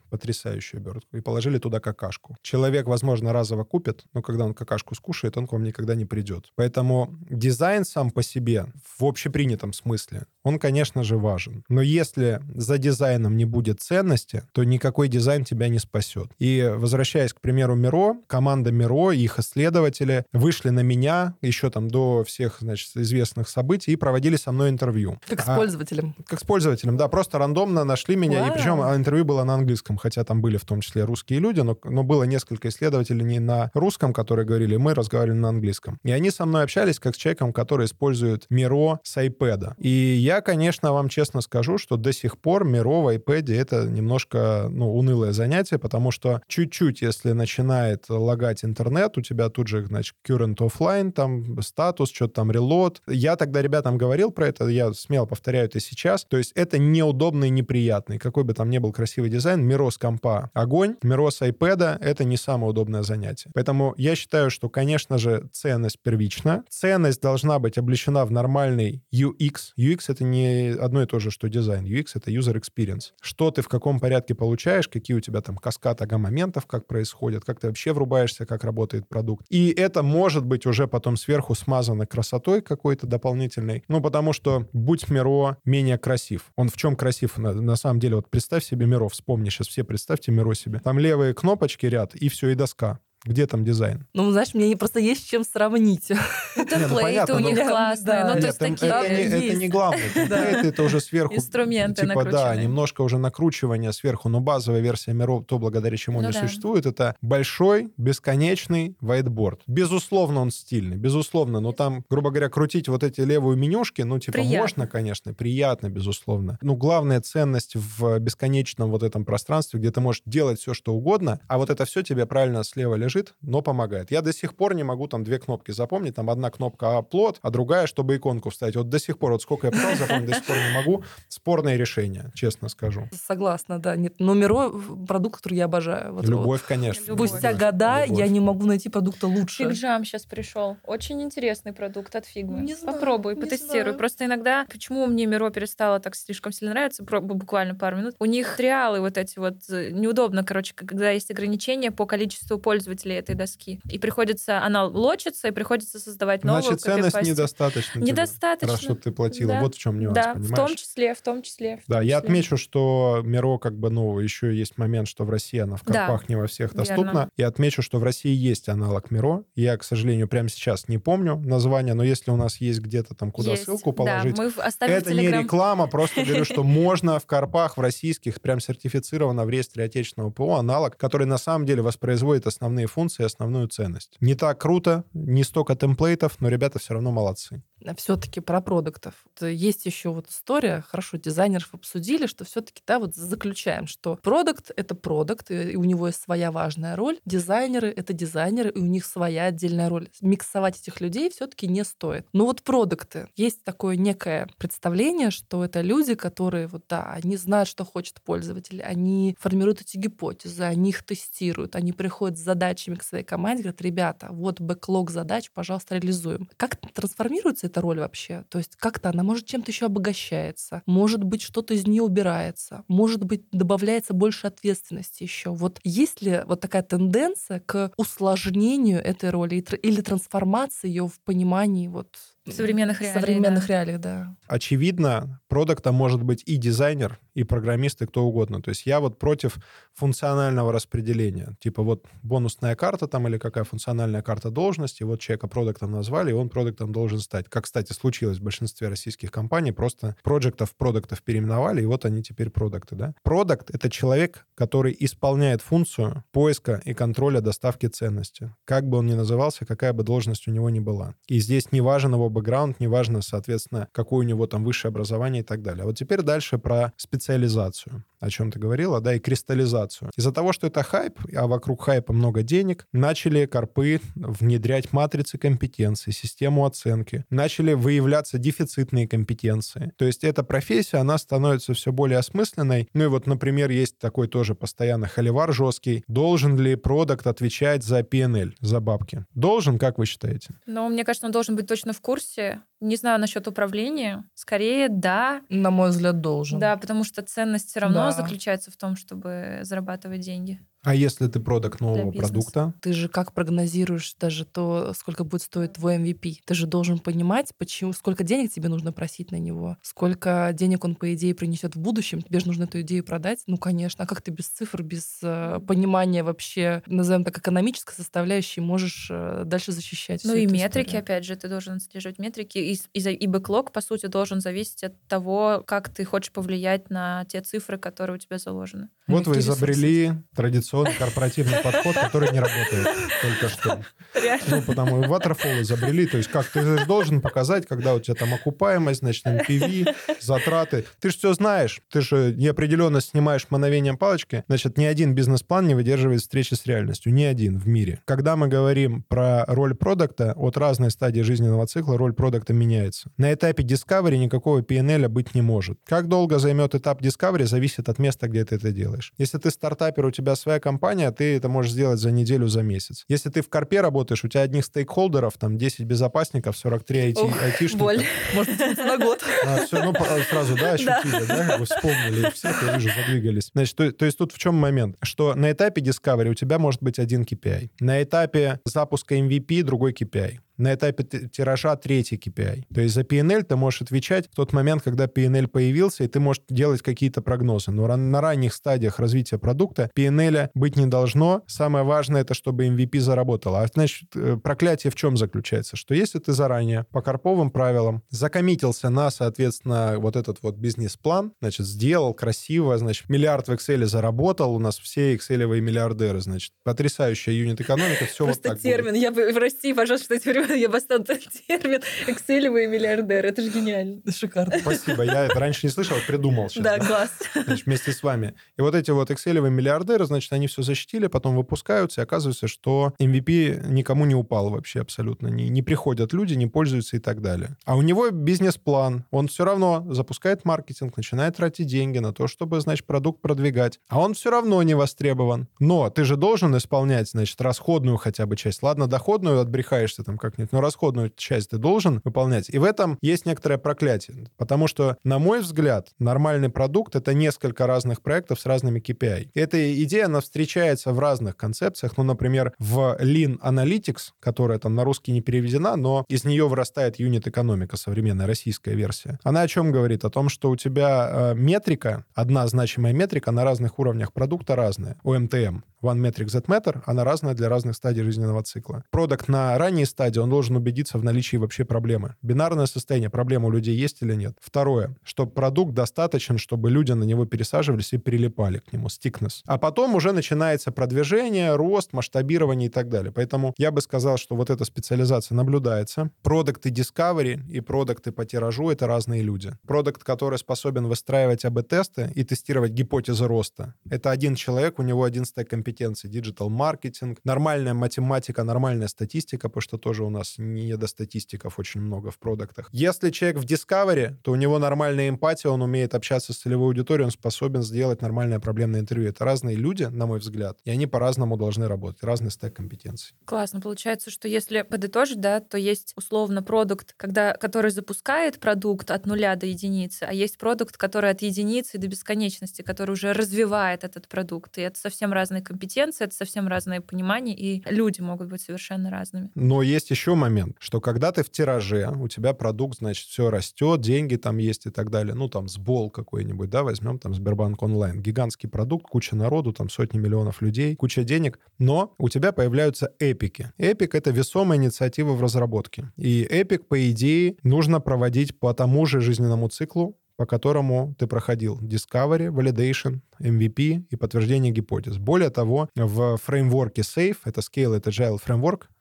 Speaker 3: и положили туда какашку. Человек, возможно, разово купит, но когда он какашку скушает, он к вам никогда не придет. Поэтому дизайн сам по себе, в общепринятом смысле, он, конечно же, важен. Но если за дизайном не будет ценности, то никакой дизайн тебя не спасет. И возвращаясь к примеру Миро, команда Миро и их исследователи вышли на меня еще там до всех, значит, известных событий и проводили со мной интервью.
Speaker 2: Как с пользователем.
Speaker 3: Как с пользователем, да. Просто рандомно нашли меня.
Speaker 2: Вау.
Speaker 3: И причем интервью было на английском, хотя там были в том числе русские люди, но было несколько исследователей не на русском, которые говорили, мы разговаривали на английском. И они со мной общались как с человеком, который использует Миро с iPad. И я, конечно, вам честно скажу, что до сих пор Миро в iPad это немножко, унылое занятие, потому что чуть-чуть, если начинает лагать интернет, у тебя тут же, значит, current offline, там статус, что-то там reload. Я тогда ребятам говорил про это, я смело повторяю это сейчас. То есть это неудобно и неприятно. И какой бы там ни был красивый дизайн, Миро с компа огонь, Миро с iPad это не самое удобное занятие. Поэтому я считаю, что, конечно же, ценность первична. Ценность должна быть облечена в нормальный UX. UX — это не одно и то же, что дизайн. UX — это user experience. Что ты в каком порядке получаешь, какие у тебя там каскад ага-моментов, как происходит, как ты вообще врубаешься, как работает продукт. И это может быть уже потом сверху смазано красотой какой-то дополнительной. Потому что будь Миро менее красив. Он в чем красив? На самом деле, вот представь себе Миро, вспомни сейчас все, представьте Миро себе. Там левые кнопочки ряд, и все, и доска. Где там дизайн?
Speaker 2: Знаешь, мне просто есть с чем сравнить.
Speaker 1: Темплейты у них классные.
Speaker 3: Нет, это не главное. Темплейты — это уже сверху.
Speaker 1: Инструменты
Speaker 3: накрученные. Да, немножко уже накручивание сверху. Но базовая версия Миро, то, благодаря чему не существует, это большой, бесконечный whiteboard. Безусловно, он стильный. Безусловно. Но там, грубо говоря, крутить вот эти левые менюшки, можно, конечно. Приятно, безусловно. Главная ценность в бесконечном вот этом пространстве, где ты можешь делать все, что угодно, а вот это все тебе правильно слева лежит, но помогает. Я до сих пор не могу там две кнопки запомнить. Там одна кнопка upload, а другая, чтобы иконку вставить. Вот до сих пор, сколько я пытался запомнить, до сих пор не могу. Спорное решение, честно скажу.
Speaker 2: Согласна, да. Нет, но Миро — продукт, который я обожаю.
Speaker 3: Любовь, конечно.
Speaker 2: Спустя года я не могу найти продукта лучше.
Speaker 1: Фигджам сейчас пришел. Очень интересный продукт от Фигмы.
Speaker 2: Не знаю,
Speaker 1: Попробуй, потестируй. Просто иногда, почему мне Миро перестало так слишком сильно нравиться, буквально пару минут, у них триалы вот эти вот неудобно, когда есть ограничения по количеству пользователей этой доски. И она лочится, и приходится создавать новую.
Speaker 3: Значит, ценность недостаточно.
Speaker 1: Недостаточно.
Speaker 3: Раз, чтобы ты платила.
Speaker 1: Да.
Speaker 3: Вот в чем нюанс,
Speaker 1: да,
Speaker 3: понимаешь?
Speaker 1: в том числе.
Speaker 3: Да, я отмечу, что Миро еще есть момент, что в России она в компах не во всех доступна.
Speaker 1: Верно.
Speaker 3: Я отмечу, что в России есть аналог Миро. Я, к сожалению, прямо сейчас не помню название, но если у нас есть где-то там, куда ссылку положить,
Speaker 1: мы оставим
Speaker 3: это не реклама, просто говорю, что можно в карпах, в российских, прям сертифицировано в реестре отечественного ПО аналог, который на самом деле воспроизводит основные функции, основную ценность. Не так круто, не столько темплейтов, но ребята все равно молодцы.
Speaker 2: Все-таки про продуктов. Есть еще история, хорошо, дизайнеров обсудили, что все-таки, заключаем, что продукт — это продукт, и у него есть своя важная роль. Дизайнеры — это дизайнеры, и у них своя отдельная роль. Миксовать этих людей все-таки не стоит. Но продукты. Есть такое некое представление, что это люди, которые, они знают, что хочет пользователь, они формируют эти гипотезы, они их тестируют, они приходят с задачами к своей команде, говорят, ребята, вот бэклог задач, пожалуйста, реализуем. Как трансформируется эта роль вообще? То есть как-то она, может, чем-то еще обогащается, может быть, что-то из нее убирается, может быть, добавляется больше ответственности еще. Есть ли такая тенденция к усложнению этой роли или трансформации ее в понимании
Speaker 1: в современных
Speaker 2: реалиях, да.
Speaker 3: Очевидно, продукта может быть и дизайнер, и программист, и кто угодно. То есть я против функционального распределения. Типа бонусная карта там или какая функциональная карта должности, человека продуктом назвали, и он продуктом должен стать. Как, кстати, случилось в большинстве российских компаний, просто продуктов переименовали, и они теперь продукты, да. Продукт — это человек, который исполняет функцию поиска и контроля доставки ценности. Как бы он ни назывался, какая бы должность у него ни была. И здесь не важен его бэкграунд, не важно, соответственно, какое у него там высшее образование и так далее. А теперь дальше про специализацию. о чем ты говорила, да, и кристаллизацию. Из-за того, что это хайп, а вокруг хайпа много денег, начали корпы внедрять матрицы компетенций, систему оценки, начали выявляться дефицитные компетенции. То есть эта профессия, она становится все более осмысленной. Ну и вот, например, есть такой тоже постоянно холивар жесткий. Должен ли продакт отвечать за P&L, за бабки? Должен, как вы считаете?
Speaker 1: Но мне кажется, он должен быть точно в курсе. Не знаю насчет управления. Скорее, да.
Speaker 2: На мой взгляд, должен.
Speaker 1: Да, потому что ценность все равно
Speaker 2: Да.
Speaker 1: заключается в том, чтобы зарабатывать деньги.
Speaker 3: А если ты продакт нового
Speaker 1: бизнеса.
Speaker 3: продукта?
Speaker 2: Ты же как прогнозируешь даже то, сколько будет стоить твой MVP? Ты же должен понимать, сколько денег тебе нужно просить на него, сколько денег он, по идее, принесет в будущем. Тебе же нужно эту идею продать. Ну, конечно. А как ты без цифр, без понимания вообще, назовем так, экономической составляющей, можешь дальше защищать
Speaker 1: Ну
Speaker 2: всю
Speaker 1: и
Speaker 2: эту
Speaker 1: метрики,
Speaker 2: историю?
Speaker 1: опять же, ты должен отслеживать метрики. И бэклог, по сути, должен зависеть от того, как ты хочешь повлиять на те цифры, которые у тебя заложены.
Speaker 3: Вот вы
Speaker 2: Какие
Speaker 3: изобрели традиционный корпоративный подход, который не работает только что. Ну, потому Waterfall изобрели, то есть как ты же должен показать, когда у тебя там окупаемость, значит, NPV, затраты. Ты же все знаешь, ты же неопределенность снимаешь мановением палочки, значит, ни один бизнес-план не выдерживает встречи с реальностью, ни один в мире. Когда мы говорим про роль продукта, от разной стадии жизненного цикла роль продукта меняется. На этапе Discovery никакого P&L быть не может. Как долго займет этап Discovery, зависит от места, где ты это делаешь. Если ты стартапер, у тебя своя компания, ты это можешь сделать за неделю, за месяц. Если ты в корпе работаешь, у тебя одних стейкхолдеров, там 10 безопасников, 43 айтишника.
Speaker 1: Боль.
Speaker 2: Может, на год.
Speaker 3: Сразу, да, ощутили, да, вы вспомнили их всех, я вижу, задвигались. Значит, то есть тут в чем момент? Что на этапе Discovery у тебя может быть один KPI. На этапе запуска MVP другой KPI. На этапе тиража третий KPI. То есть за P&L ты можешь отвечать в тот момент, когда P&L появился, и ты можешь делать какие-то прогнозы. Но на ранних стадиях развития продукта P&L быть не должно. Самое важное, это чтобы MVP заработало. А значит, проклятие в чем заключается? Что если ты заранее по карповым правилам закоммитился на, соответственно, вот этот вот бизнес-план, значит, сделал красиво, значит, миллиард в Excel заработал, у нас все Excel-овые миллиардеры, значит, потрясающая юнит-экономика, все вот так
Speaker 1: Просто термин. Я бы, прости, пожалуйста, что я бастан термин «экселевые миллиардеры». Это же гениально.
Speaker 2: Шикарно.
Speaker 3: Спасибо. Я это раньше не слышал, придумал сейчас.
Speaker 1: Да, класс.
Speaker 3: Значит, вместе с вами. И вот эти вот Excel-овые миллиардеры, значит, они все защитили, потом выпускаются, и оказывается, что MVP никому не упал вообще абсолютно. Не приходят люди, не пользуются и так далее. А у него бизнес-план. Он все равно запускает маркетинг, начинает тратить деньги на то, чтобы, значит, продукт продвигать. А он все равно не востребован. Но ты же должен исполнять, значит, расходную хотя бы часть. Ладно, доходную отбрехаешься там как-нибудь, но расходную часть ты должен выполнять. И в этом есть некоторое проклятие. Потому что, на мой взгляд, нормальный продукт — это несколько разных проектов с разными KPI. Эта идея, она встречается в разных концепциях. Ну, например, в Lean Analytics, которая там на русский не переведена, но из нее вырастает юнит-экономика, современная российская версия. Она о чем говорит? О том, что у тебя метрика, одна значимая метрика на разных уровнях продукта разная. У МТМ. One Metric That Matter, она разная для разных стадий жизненного цикла. Продакт на ранней стадии, он должен убедиться в наличии вообще проблемы. Бинарное состояние, проблема у людей есть или нет. Второе, что продукт достаточен, чтобы люди на него пересаживались и прилипали к нему, stickness. А потом уже начинается продвижение, рост, масштабирование и так далее. Поэтому я бы сказал, что вот эта специализация наблюдается. Продукты Discovery и продукты по тиражу — это разные люди. Продукт, который способен выстраивать АБ-тесты и тестировать гипотезы роста, это один человек, у него один стек компетенций. Диджитал-маркетинг, нормальная математика, нормальная статистика, потому что тоже у нас недостатистиков очень много в продуктах. Если человек в Discovery, то у него нормальная эмпатия, он умеет общаться с целевой аудиторией, он способен сделать нормальное проблемное интервью. Это разные люди, на мой взгляд, и они по-разному должны работать. Разный стек компетенций.
Speaker 1: Классно. Получается, что если подытожить, да, то есть условно продукт, который запускает продукт от 0 до единицы, а есть продукт, который от единицы до бесконечности, который уже развивает этот продукт. И это совсем разные компетенции, это совсем разное понимание, и люди могут быть совершенно разными.
Speaker 3: Но есть еще момент, что когда ты в тираже, у тебя продукт, значит, все растет, деньги там есть и так далее. Ну, там, Сбол какой-нибудь, да, возьмем там Сбербанк онлайн. Гигантский продукт, куча народу, там сотни миллионов людей, куча денег. Но у тебя появляются эпики. Эпик — это весомая инициатива в разработке. И эпик, по идее, нужно проводить по тому же жизненному циклу, по которому ты проходил Discovery, Validation, MVP и подтверждение гипотез. Более того, в фреймворке SAFe, это Scale, это Agile Framework,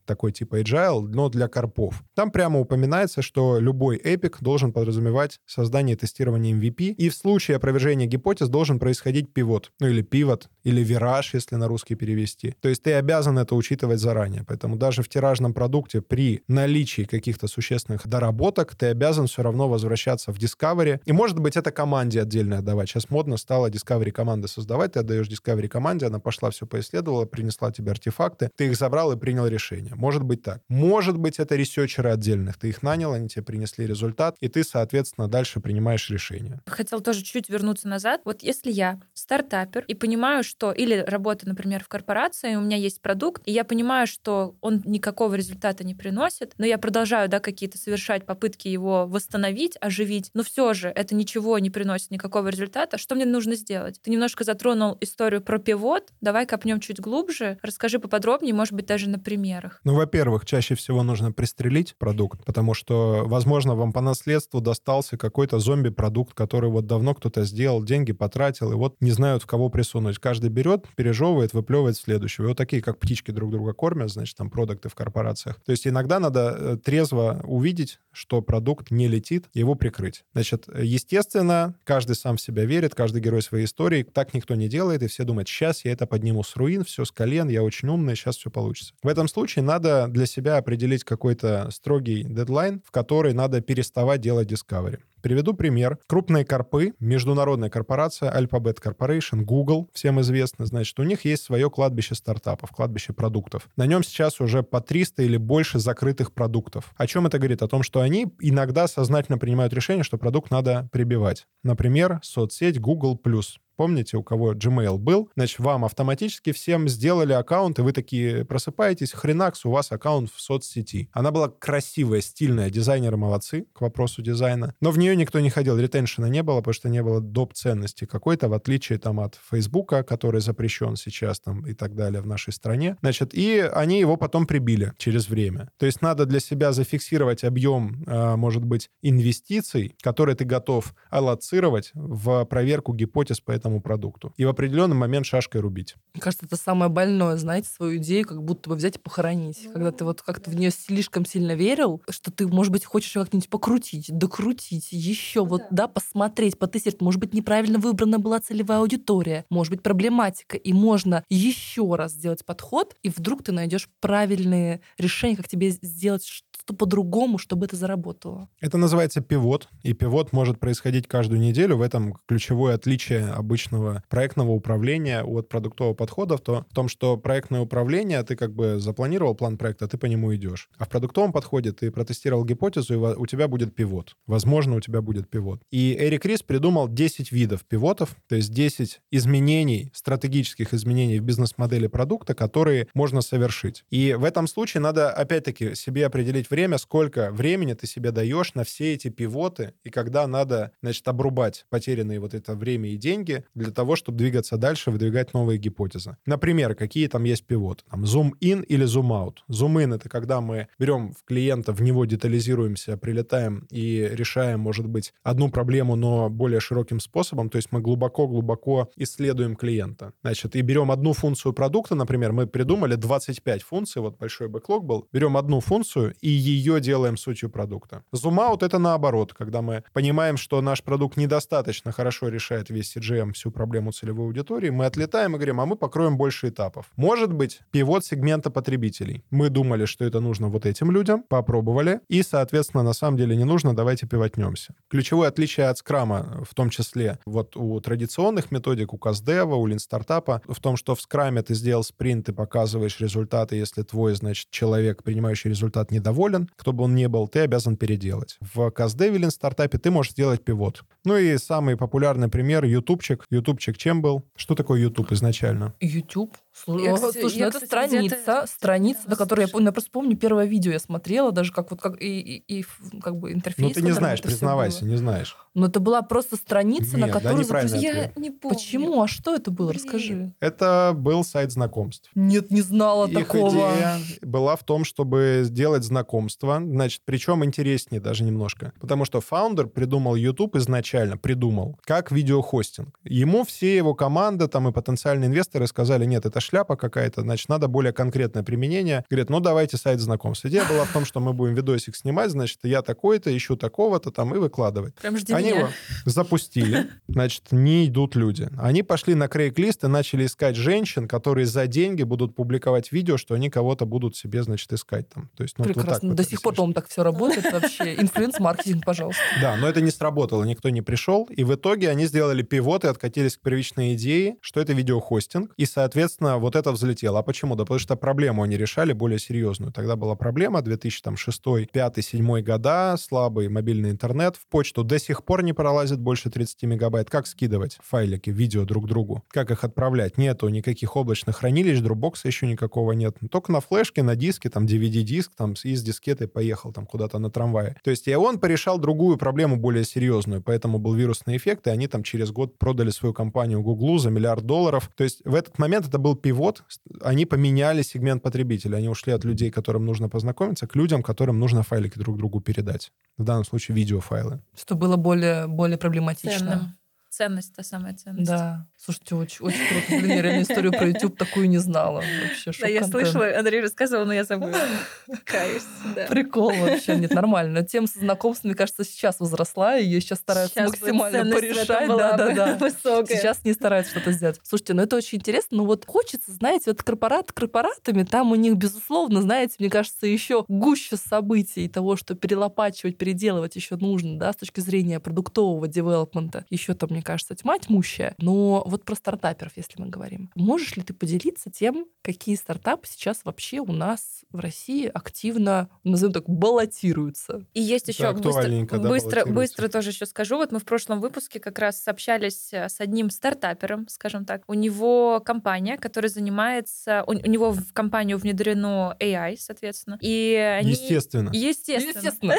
Speaker 3: такой типа agile, но для корпов. Там прямо упоминается, что любой эпик должен подразумевать создание и тестирование MVP, и в случае опровержения гипотез должен происходить пивот, или пивот, или вираж, если на русский перевести. То есть ты обязан это учитывать заранее. Поэтому даже в тиражном продукте при наличии каких-то существенных доработок ты обязан все равно возвращаться в Discovery. И, может быть, это команде отдельно отдавать. Сейчас модно стало Discovery команды создавать. Ты отдаешь Discovery команде, она пошла, все поисследовала, принесла тебе артефакты, ты их забрал и принял решение. Может быть так. Может быть, это ресерчеры отдельных. Ты их нанял, они тебе принесли результат, и ты, соответственно, дальше принимаешь решение.
Speaker 1: Хотела тоже чуть вернуться назад. Вот если я стартапер и понимаю, что... Или работаю, например, в корпорации, у меня есть продукт, и я понимаю, что он никакого результата не приносит, но я продолжаю, да, какие-то совершать попытки его восстановить, оживить, но все же это ничего не приносит никакого результата. Что мне нужно сделать? Ты немножко затронул историю про пивот. Давай копнем чуть глубже. Расскажи поподробнее, может быть, даже на примерах.
Speaker 3: Ну, во-первых, чаще всего нужно пристрелить продукт, потому что, возможно, вам по наследству достался какой-то зомби-продукт, который вот давно кто-то сделал, деньги потратил, и вот не знают, в кого присунуть. Каждый берет, пережевывает, выплевывает следующего. И вот такие, как птички друг друга кормят, значит, там продукты в корпорациях. То есть иногда надо трезво увидеть, что продукт не летит, и его прикрыть. Значит, естественно, каждый сам в себя верит, каждый герой своей истории. Так никто не делает, и все думают, сейчас я это подниму с руин, все с колен, я очень умный, сейчас все получится. В этом случае надо для себя определить какой-то строгий дедлайн, в который надо переставать делать Discovery. Приведу пример. Крупные корпы, международная корпорация, Alphabet Corporation, Google, всем известно, значит, у них есть свое кладбище стартапов, кладбище продуктов. На нем сейчас уже по 300 или больше закрытых продуктов. О чем это говорит? О том, что они иногда сознательно принимают решение, что продукт надо прибивать. Например, соцсеть Google+. Помните, у кого Gmail был? Значит, вам автоматически всем сделали аккаунт, и вы такие просыпаетесь, хренакс, у вас аккаунт в соцсети. Она была красивая, стильная, дизайнеры молодцы, к вопросу дизайна. Но в нее никто не ходил, ретеншена не было, потому что не было доп. Ценности какой-то, в отличие там от Фейсбука, который запрещен сейчас там и так далее в нашей стране. Значит, и они его потом прибили через время. То есть надо для себя зафиксировать объем, может быть, инвестиций, которые ты готов аллоцировать в проверку гипотез по этому продукту. И в определенный момент шашкой рубить.
Speaker 2: Мне кажется, это самое больное, знаете, свою идею как будто бы взять и похоронить. Когда ты вот как-то в нее слишком сильно верил, что ты, может быть, хочешь ее как-нибудь покрутить, докрутить, еще вот, да, посмотреть, потестировать. Может быть, неправильно выбрана была целевая аудитория, может быть, проблематика, и можно еще раз сделать подход, и вдруг ты найдешь правильные решения, как тебе сделать что-то по-другому, чтобы это заработало.
Speaker 3: Это называется пивот, и пивот может происходить каждую неделю. В этом ключевое отличие обычного проектного управления от продуктового подхода в том, что проектное управление, ты как бы запланировал план проекта, ты по нему идешь. А в продуктовом подходе ты протестировал гипотезу, и у тебя будет пивот. Возможно, у тебя будет пивот. И Эрик Рис придумал 10 видов пивотов, то есть 10 изменений, стратегических изменений в бизнес-модели продукта, которые можно совершить. И в этом случае надо, опять-таки, себе определить время, сколько времени ты себе даешь на все эти пивоты, и когда надо, значит, обрубать потерянные вот это время и деньги для того, чтобы двигаться дальше, выдвигать новые гипотезы. Например, какие там есть пивоты? Там zoom-in или zoom-out. Zoom-in — это когда мы берем клиента, в него детализируемся, прилетаем и решаем, может быть, одну проблему, но более широким способом, то есть мы глубоко-глубоко исследуем клиента. Значит, и берем одну функцию продукта, например, мы придумали 25 функций, вот большой бэклог был, берем одну функцию и ее делаем сутью продукта. Zoom-out — это наоборот, когда мы понимаем, что наш продукт недостаточно хорошо решает весь CGM, всю проблему целевой аудитории, мы отлетаем и говорим, а мы покроем больше этапов. Может быть, пивот сегмента потребителей. Мы думали, что это нужно вот этим людям, попробовали, и, соответственно, на самом деле не нужно, давайте пивотнемся. Ключевое отличие от скрама, в том числе вот у традиционных методик, у Каздева, у Лин-стартапа, в том, что в скраме ты сделал спринт, ты показываешь результаты, если твой, значит, человек, принимающий результат, недоволен, кто бы он ни был, ты обязан переделать. В Каздеве или стартапе ты можешь сделать пивот. Ну и самый популярный пример — ютубчик. Ютубчик чем был? Что такое YouTube изначально?
Speaker 2: YouTube? Слушай, это страница, на которой я просто помню, первое видео я смотрела, даже как вот как и как бы интерфейс.
Speaker 3: Ну ты не знаешь, признавайся, не знаешь.
Speaker 2: Но это была просто страница, на которую
Speaker 1: Я не помню.
Speaker 2: Почему? А что это было? Расскажи.
Speaker 3: Это был сайт знакомств.
Speaker 2: Нет, не знала
Speaker 3: Их
Speaker 2: такого.
Speaker 3: идея была в том, чтобы сделать знакомство, значит, причем интереснее даже немножко. Потому что фаундер придумал YouTube изначально, как видеохостинг. Ему все его команда там и потенциальные инвесторы сказали, нет, это шляпа какая-то, значит, надо более конкретное применение. Говорит, ну, давайте сайт знакомств. Идея была в том, что мы будем видосик снимать, значит, я такой-то, ищу такого-то там и выкладывать.
Speaker 1: Прям жди
Speaker 3: Они
Speaker 1: меня.
Speaker 3: его запустили, значит, не идут люди. Они пошли на Craigslist и начали искать женщин, которые за деньги будут публиковать видео, что они кого-то будут себе, значит, искать там. То есть, ну, вот
Speaker 2: Прекрасно.
Speaker 3: так вот
Speaker 2: До
Speaker 3: это
Speaker 2: сих пор,
Speaker 3: смешно.
Speaker 2: по-моему, так все работает вообще. Инфлюенс-маркетинг, пожалуйста.
Speaker 3: Да, но это не сработало, никто не пришел, и в итоге они сделали пивот и откатились к первичной идее, что это видеохостинг, и, соответственно, вот это взлетело. А почему? Да потому что проблему они решали более серьезную. Тогда была проблема 2006, 2005, 2007 года, слабый мобильный интернет, в почту до сих пор не пролазит больше 30 мегабайт. Как скидывать файлики, видео друг другу? Как их отправлять? Нету никаких облачных хранилищ, Dropbox еще никакого нет. Только на флешке, на диске, там DVD-диск, там и с дискетой поехал там куда-то на трамвае. То есть и он порешал другую проблему, более серьезную, поэтому был вирусный эффект, и они там через год продали свою компанию Гуглу за $1 миллиард. То есть в этот момент это был пивот, они поменяли сегмент потребителя, они ушли от людей, которым нужно познакомиться, к людям, которым нужно файлики друг другу передать. В данном случае видеофайлы.
Speaker 2: Что было более проблематично.
Speaker 1: Ценным. Ценность, та самая ценность.
Speaker 2: Да. Слушайте, очень, очень круто. Блин, я реально историю про YouTube такую не знала. Вообще
Speaker 1: Да, я
Speaker 2: шок-контент.
Speaker 1: слышала, Андрей рассказывал, но я забыла. Каюсь, да.
Speaker 2: Прикол вообще. Нет, нормально. Тема со знакомством, мне кажется, сейчас возросла, и ее сейчас стараются
Speaker 1: Сейчас бы
Speaker 2: максимально
Speaker 1: ценность в этом
Speaker 2: порешать.
Speaker 1: была бы
Speaker 2: Да.
Speaker 1: высокая.
Speaker 2: Сейчас не стараются что-то сделать. Слушайте, ну это очень интересно. Но вот хочется, знаете, вот корпоратами, там у них, безусловно, знаете, мне кажется, еще гуще событий того, что перелопачивать, переделывать еще нужно, да, с точки зрения продуктового девелопмента. Еще там, мне кажется, тьма тьмущая. Но вот про стартаперов, если мы говорим. Можешь ли ты поделиться тем, какие стартапы сейчас вообще у нас в России активно, назовем так, баллотируются?
Speaker 1: И есть еще
Speaker 3: актуальненько, да,
Speaker 1: быстро
Speaker 3: баллотируется.
Speaker 1: тоже еще скажу. Вот мы в прошлом выпуске как раз общались с одним стартапером, скажем так. У него компания, которая занимается... У него в компанию внедрено AI, соответственно. И они...
Speaker 3: Естественно.
Speaker 1: Естественно.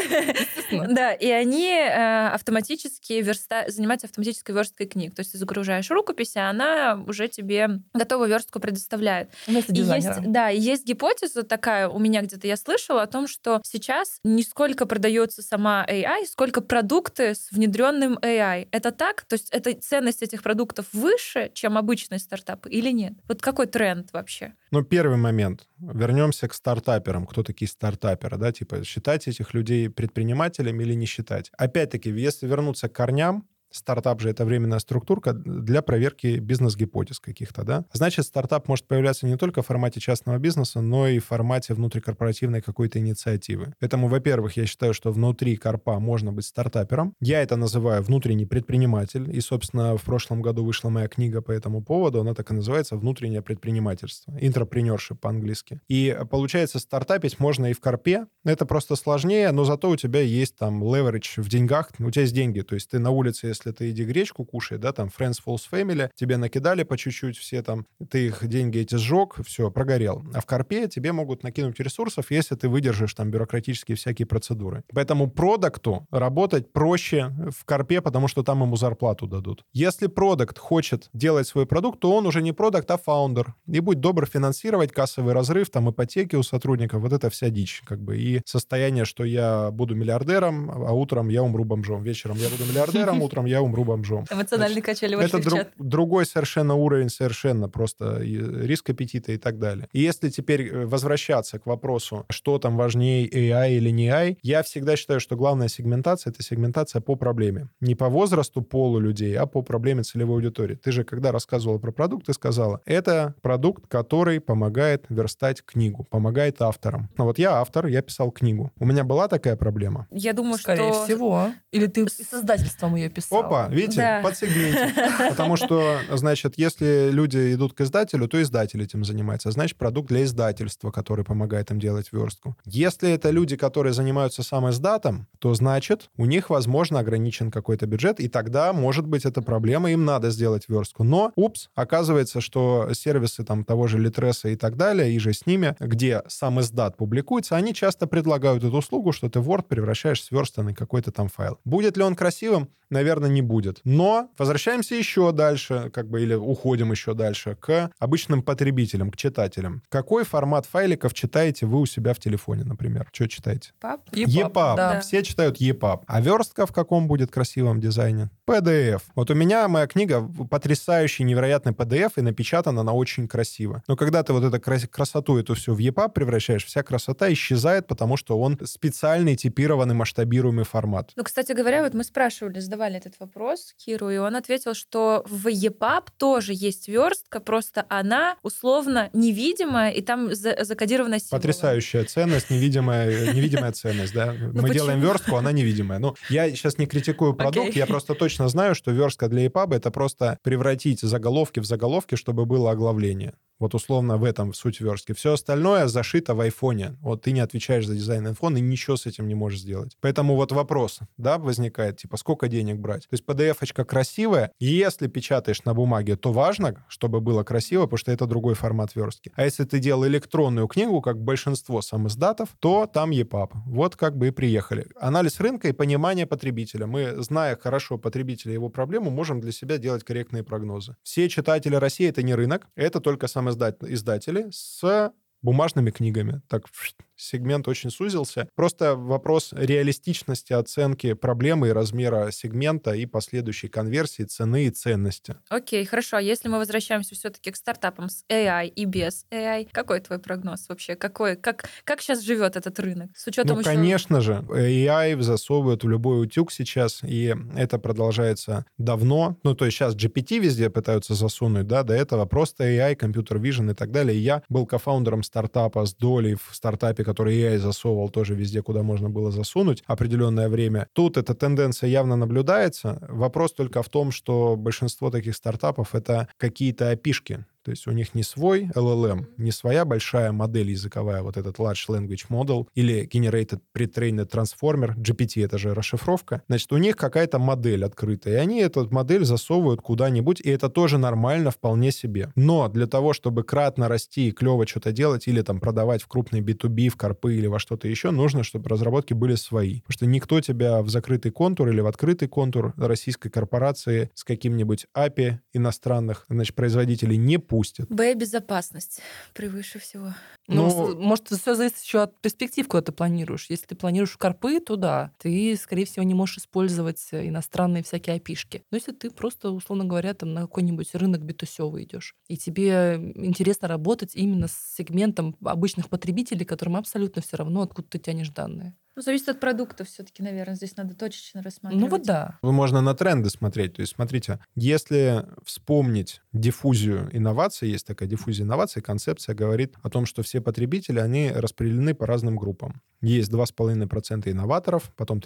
Speaker 1: Да, и они автоматически занимаются автоматической версткой книг. То есть ты загружаешь рукопись, а она уже тебе готовую верстку предоставляет.
Speaker 2: Вместо дизайнера.
Speaker 1: И есть гипотеза такая, у меня где-то я слышала о том, что сейчас не сколько продается сама AI, сколько продукты с внедренным AI. Это так? То есть это ценность этих продуктов выше, чем обычные стартапы или нет? Вот какой тренд вообще?
Speaker 3: Ну, первый момент. Вернемся к стартаперам. Кто такие стартаперы, да? Типа, считать этих людей предпринимателями или не считать. Опять-таки, если вернуться к корням, стартап же это временная структурка для проверки бизнес-гипотез каких-то, да? Значит, стартап может появляться не только в формате частного бизнеса, но и в формате внутрикорпоративной какой-то инициативы. Поэтому, во-первых, я считаю, что внутри корпа можно быть стартапером. Я это называю внутренний предприниматель. И, собственно, в прошлом году вышла моя книга по этому поводу. Она так и называется «Внутреннее предпринимательство». Entrepreneurship по-английски. И, получается, стартапить можно и в корпе. Это просто сложнее, но зато у тебя есть там leverage в деньгах. У тебя есть деньги. То есть ты на улице, если ты иди гречку кушай, да, там Friends Falls Family, тебе накидали по чуть-чуть все там, ты их деньги эти сжег, все, прогорел. А в корпе тебе могут накинуть ресурсов, если ты выдержишь там бюрократические всякие процедуры. Поэтому продакту работать проще в корпе, потому что там ему зарплату дадут. Если продакт хочет делать свой продукт, то он уже не продакт, а фаундер. И будь добр финансировать кассовый разрыв, там ипотеки у сотрудников, вот это вся дичь, как бы. И состояние, что я буду миллиардером, а утром я умру бомжом. Вечером я буду миллиардером, утром я умру бомжом.
Speaker 1: Эмоциональные качели
Speaker 3: Это
Speaker 1: вышли в чат.
Speaker 3: другой совершенно уровень, совершенно просто риск аппетита и так далее. И если теперь возвращаться к вопросу, что там важнее, AI или не AI, я всегда считаю, что главная сегментация — это сегментация по проблеме. Не по возрасту, полу людей, а по проблеме целевой аудитории. Ты же, когда рассказывала про продукт, ты сказала, это продукт, который помогает верстать книгу, помогает авторам. Ну вот я автор, я писал книгу. У меня была такая проблема?
Speaker 1: Я думаю,
Speaker 2: Скорее
Speaker 1: что...
Speaker 2: всего. Или ты с издательством ее писала?
Speaker 3: Опа, видите,
Speaker 1: Да.
Speaker 3: подсегните. Потому что, значит, если люди идут к издателю, то издатель этим занимается. Значит, продукт для издательства, который помогает им делать верстку. Если это люди, которые занимаются сам издатом, то, значит, у них, возможно, ограничен какой-то бюджет, и тогда, может быть, это проблема, им надо сделать верстку. Но, оказывается, что сервисы там того же Литреса и так далее, и же с ними, где сам издат публикуется, они часто предлагают эту услугу, что ты в Word превращаешь в сверстанный какой-то там файл. Будет ли он красивым? Наверное, наверное, не будет. Но возвращаемся еще дальше, или уходим еще дальше, к обычным потребителям, к читателям. Какой формат файликов читаете вы у себя в телефоне, например? Что читаете? EPUB.
Speaker 2: Да.
Speaker 3: Все читают EPUB. А верстка в каком будет красивом дизайне? PDF. Вот у меня моя книга потрясающий, невероятный PDF, и напечатана она очень красиво. Но когда ты вот эту красоту эту всю в EPUB превращаешь, вся красота исчезает, потому что он специальный, типированный, масштабируемый формат.
Speaker 1: Ну, кстати говоря, вот мы задавали этот вопрос Киру, и он ответил, что в EPUB тоже есть верстка, просто она условно невидимая, и там закодирована символом.
Speaker 3: Потрясающая ценность, невидимая ценность, да. Мы делаем верстку, она невидимая. Ну, я сейчас не критикую продукт, я просто точно знаю, что верстка для EPUB — это просто превратить заголовки в заголовки, чтобы было оглавление. Вот условно в этом суть верстки. Все остальное зашито в айфоне. Вот ты не отвечаешь за дизайн айфона и ничего с этим не можешь сделать. Поэтому вот вопрос, да, возникает, сколько денег брать? То есть PDF-очка красивая, и если печатаешь на бумаге, то важно, чтобы было красиво, потому что это другой формат верстки. А если ты делал электронную книгу, как большинство самиздатов, то там EPUB. Вот и приехали. Анализ рынка и понимание потребителя. Мы, зная хорошо потребителя и его проблему, можем для себя делать корректные прогнозы. Все читатели России — это не рынок, это только издатели с бумажными книгами. Так, сегмент очень сузился. Просто вопрос реалистичности оценки проблемы и размера сегмента и последующей конверсии, цены и ценности.
Speaker 1: Окей, хорошо. А если мы возвращаемся все-таки к стартапам с AI и без AI, какой твой прогноз вообще? Как сейчас живет этот рынок? С учетом
Speaker 3: конечно же, AI засовывают в любой утюг сейчас, и это продолжается давно. То есть сейчас GPT везде пытаются засунуть, да, до этого просто AI, компьютер vision и так далее. Я был кофаундером стартапа с долей в стартапе, который AI засовывал тоже везде, куда можно было засунуть определенное время. Тут эта тенденция явно наблюдается. Вопрос только в том, что большинство таких стартапов — это какие-то API-шки. То есть у них не свой LLM, не своя большая модель языковая, вот этот Large Language Model или Generated Pre-trained Transformer, GPT — это же расшифровка. Значит, у них какая-то модель открытая, и они эту модель засовывают куда-нибудь, и это тоже нормально вполне себе. Но для того, чтобы кратно расти и клево что-то делать, или продавать в крупный B2B, в корпы или во что-то еще, нужно, чтобы разработки были свои. Потому что никто тебя в закрытый контур или в открытый контур российской корпорации с каким-нибудь API иностранных, производителей не пустит.
Speaker 1: Безопасность превыше всего.
Speaker 2: Может, все зависит еще от перспектив, куда ты планируешь. Если ты планируешь корпы, то да, ты, скорее всего, не можешь использовать иностранные всякие API-шки. Но если ты просто, условно говоря, на какой-нибудь рынок B2C идешь, и тебе интересно работать именно с сегментом обычных потребителей, которым абсолютно все равно, откуда ты тянешь данные.
Speaker 1: Зависит от продукта все-таки, наверное. Здесь надо точечно рассматривать.
Speaker 2: Да.
Speaker 3: Можно на тренды смотреть. То есть, смотрите, если вспомнить диффузию инноваций, есть такая диффузия инноваций, концепция говорит о том, что все потребители, они распределены по разным группам. Есть 2,5% инноваторов, потом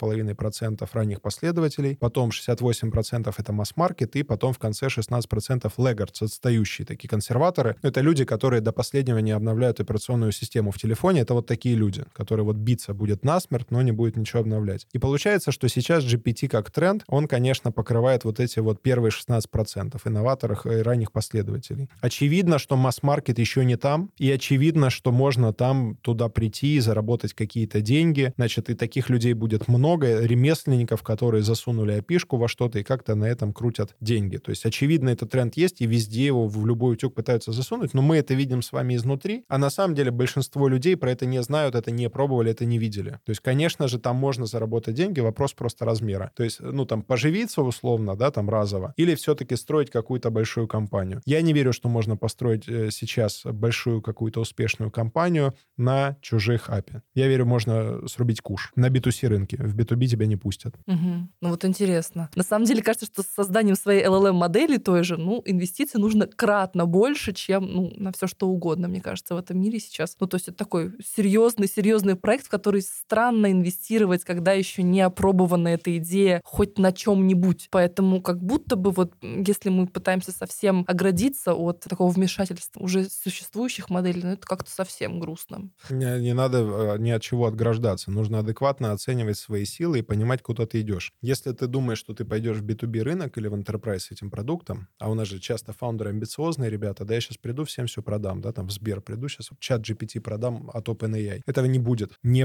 Speaker 3: 13,5% ранних последователей, потом 68% это масс-маркет, и потом в конце 16% laggards, отстающие такие консерваторы. Это люди, которые до последнего не обновляют операционную систему в телефоне. Это вот такие люди, которые биться будет насмерть, но не будет ничего обновлять. И получается, что сейчас GPT как тренд, он, конечно, покрывает вот эти первые 16% инноваторов и ранних последователей. Очевидно, что масс-маркет еще не там, и очевидно, что можно там туда прийти и заработать какие-то деньги. Значит, и таких людей будет много, ремесленников, которые засунули API-шку во что-то и как-то на этом крутят деньги. То есть, очевидно, этот тренд есть, и везде его в любой утюг пытаются засунуть, но мы это видим с вами изнутри, а на самом деле большинство людей про это не знают, это не пробовали, это не видели. То есть, конечно же, там можно заработать деньги, вопрос просто размера. То есть, поживиться условно, да, разово, или все-таки строить какую-то большую компанию. Я не верю, что можно построить сейчас большую какую-то успешную компанию на чужих API. Я верю, можно срубить куш на B2C рынке. В B2B тебя не пустят.
Speaker 2: Угу. Интересно. На самом деле, кажется, что с созданием своей LLM-модели той же, инвестиций нужно кратно больше, чем, на все что угодно, мне кажется, в этом мире сейчас. То есть это такой серьезный проект, в который странно инвестировать, когда еще не опробована эта идея хоть на чем-нибудь. Поэтому как будто бы если мы пытаемся совсем оградиться от такого вмешательства уже существующих моделей, это как-то совсем грустно.
Speaker 3: Не надо ни от чего отграждаться. Нужно адекватно оценивать свои силы и понимать, куда ты идешь. Если ты думаешь, что ты пойдешь в B2B рынок или в enterprise с этим продуктом, а у нас же часто фаундеры амбициозные ребята, да, я сейчас приду, всем все продам, да, в Сбер приду, сейчас чат GPT продам от OpenAI. Этого не будет, не пройдет.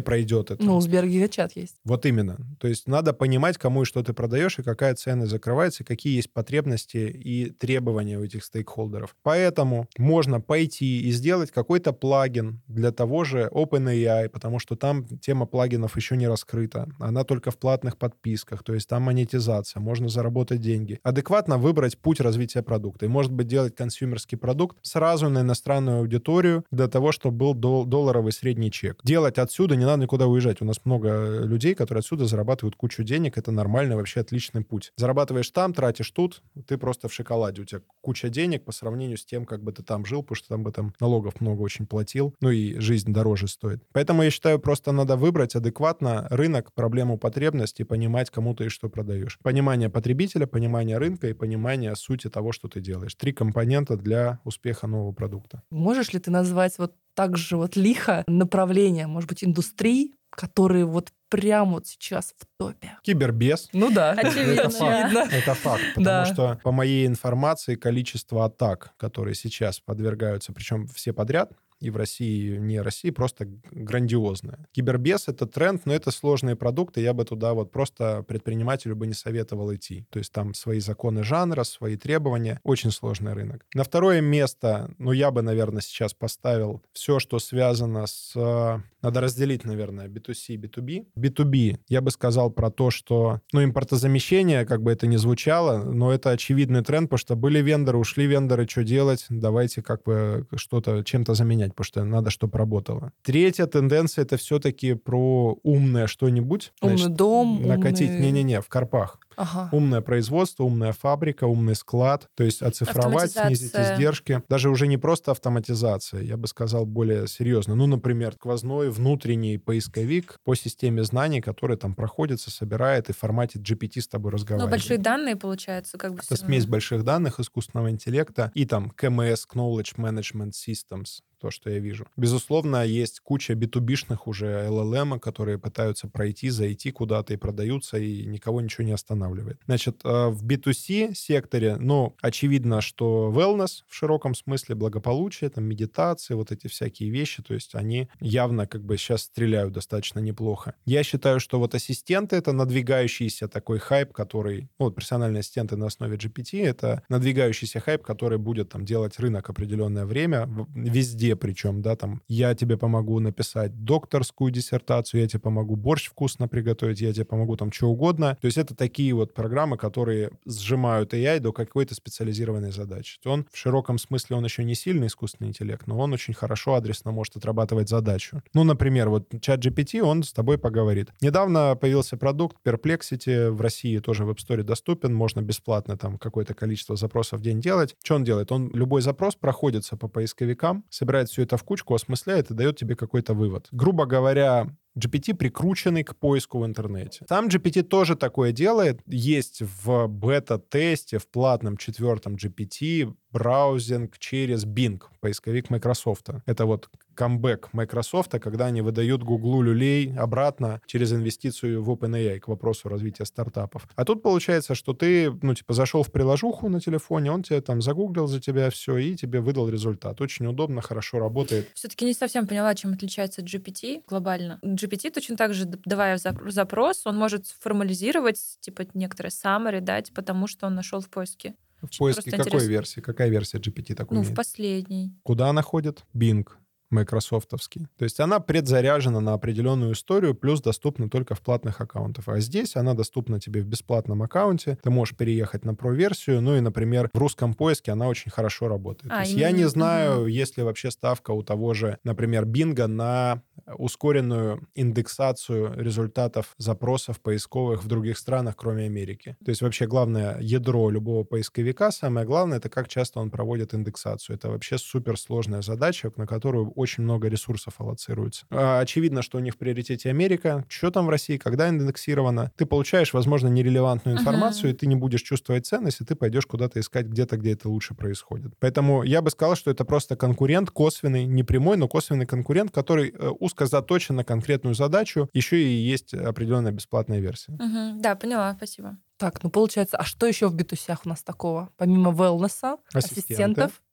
Speaker 3: дает это.
Speaker 2: Ну, у Сбергигачат есть.
Speaker 3: Вот именно. То есть надо понимать, кому и что ты продаешь, и какая цена закрывается, и какие есть потребности и требования у этих стейкхолдеров. Поэтому можно пойти и сделать какой-то плагин для того же OpenAI, потому что там тема плагинов еще не раскрыта. Она только в платных подписках, то есть там монетизация, можно заработать деньги. Адекватно выбрать путь развития продукта. И, может быть, делать консюмерский продукт сразу на иностранную аудиторию для того, чтобы был долларовый средний чек. Делать отсюда, не надо никуда уезжать. У нас много людей, которые отсюда зарабатывают кучу денег. Это нормальный, вообще отличный путь. Зарабатываешь там, тратишь тут, ты просто в шоколаде. У тебя куча денег по сравнению с тем, как бы ты там жил, потому что там бы там налогов много очень платил, ну и жизнь дороже стоит. Поэтому я считаю, просто надо выбрать адекватно рынок, проблему, потребность и понимать, кому ты и что продаешь. Понимание потребителя, понимание рынка и понимание сути того, что ты делаешь. 3 компонента для успеха нового продукта.
Speaker 2: Можешь ли ты назвать вот так же вот лихо направления, может быть, индустрий, которые вот прямо вот сейчас в топе?
Speaker 3: Кибербез.
Speaker 2: Ну да.
Speaker 1: Очевидно.
Speaker 3: Это факт, потому
Speaker 2: Да.
Speaker 3: что, по моей информации, количество атак, которые сейчас подвергаются, причем все подряд, и в России, и не России, просто грандиозное. Кибербез — это тренд, но это сложные продукты, я бы туда вот просто предпринимателю бы не советовал идти. То есть там свои законы жанра, свои требования, очень сложный рынок. На второе место, ну, я бы, наверное, сейчас поставил все, что связано с... Надо разделить, наверное, B2C и B2B. B2B, я бы сказал про то, что, ну, импортозамещение, как бы это ни звучало, но это очевидный тренд, потому что были вендоры, ушли вендоры, что делать? Давайте как бы что-то чем-то заменять, потому что надо, чтобы работало. Третья тенденция — это все-таки про умное что-нибудь.
Speaker 2: Умный дом,
Speaker 3: накатить.
Speaker 2: умный...
Speaker 3: Не-не-не, в Карпах.
Speaker 2: Ага.
Speaker 3: Умное производство, умная фабрика, умный склад, то есть оцифровать, снизить издержки. Даже уже не просто автоматизация, я бы сказал более серьезно. Ну, например, сквозной внутренний поисковик по системе знаний, который там проходится, собирает и в формате GPT с тобой разговаривает.
Speaker 1: Ну, большие данные, получается, как бы...
Speaker 3: Это смесь больших данных, искусственного интеллекта и там KMS, Knowledge Management Systems, то, что я вижу. Безусловно, есть куча B2B-шных уже LLM, которые пытаются пройти, зайти куда-то и продаются, и никого ничего не останавливает. Значит, в B2C секторе, ну, очевидно, что wellness в широком смысле, благополучие, там, медитации, вот эти всякие вещи, то есть они явно как бы сейчас стреляют достаточно неплохо. Я считаю, что вот ассистенты — это надвигающийся такой хайп, который... Ну, вот персональные ассистенты на основе GPT — это надвигающийся хайп, который будет там делать рынок определенное время, везде причем, да, там, я тебе помогу написать докторскую диссертацию, я тебе помогу борщ вкусно приготовить, я тебе помогу там что угодно. То есть это такие вот программы, которые сжимают AI до какой-то специализированной задачи. Он в широком смысле, он еще не сильный искусственный интеллект, но он очень хорошо адресно может отрабатывать задачу. Ну, например, вот ChatGPT, он с тобой поговорит. Недавно появился продукт Perplexity, в России тоже в App Store доступен, можно бесплатно там какое-то количество запросов в день делать. Что он делает? Он любой запрос проходится по поисковикам, собирает все это в кучку, осмысляет и дает тебе какой-то вывод. Грубо говоря, GPT прикрученный к поиску в интернете. Сам GPT тоже такое делает. Есть в бета-тесте, в платном 4-м GPT браузинг через Bing, поисковик Microsoft. Это вот камбэк Microsoft, когда они выдают Гуглу люлей обратно через инвестицию в OpenAI к вопросу развития стартапов. А тут получается, что ты, ну, типа, зашел в приложуху на телефоне, он тебе там загуглил за тебя все и тебе выдал результат. Очень удобно, хорошо работает.
Speaker 1: Все-таки не совсем поняла, чем отличается GPT глобально. GPT точно так же, давая запрос, он может формализировать, типа, некоторые summary дать, потому что он нашел в поиске.
Speaker 3: В поиске какой
Speaker 1: интересно.
Speaker 3: версии? Какая версия GPT так умеет?
Speaker 1: Ну, в последней.
Speaker 3: Куда она ходит? Bing. майкрософтовский. То есть она предзаряжена на определенную историю, плюс доступна только в платных аккаунтах. А здесь она доступна тебе в бесплатном аккаунте. Ты можешь переехать на Pro-версию. Ну и, например, в русском поиске она очень хорошо работает. То есть я не знаю, есть ли вообще ставка у того же, например, Bing на ускоренную индексацию результатов запросов поисковых в других странах, кроме Америки. То есть вообще главное ядро любого поисковика, самое главное, это как часто он проводит индексацию. Это вообще суперсложная задача, на которую очень много ресурсов аллоцируется. Очевидно, что у них в приоритете Америка. Что там в России, когда индексировано? Ты получаешь, возможно, нерелевантную информацию, и ты не будешь чувствовать ценность, и ты пойдешь куда-то искать где-то, где это лучше происходит. Поэтому я бы сказал, что это просто конкурент косвенный, не прямой, но косвенный конкурент, который узко заточен на конкретную задачу. Еще и есть определенная бесплатная версия.
Speaker 1: Да, поняла, спасибо.
Speaker 2: Так, ну получается, а что еще в B2C у нас такого? Помимо wellness, ассистентов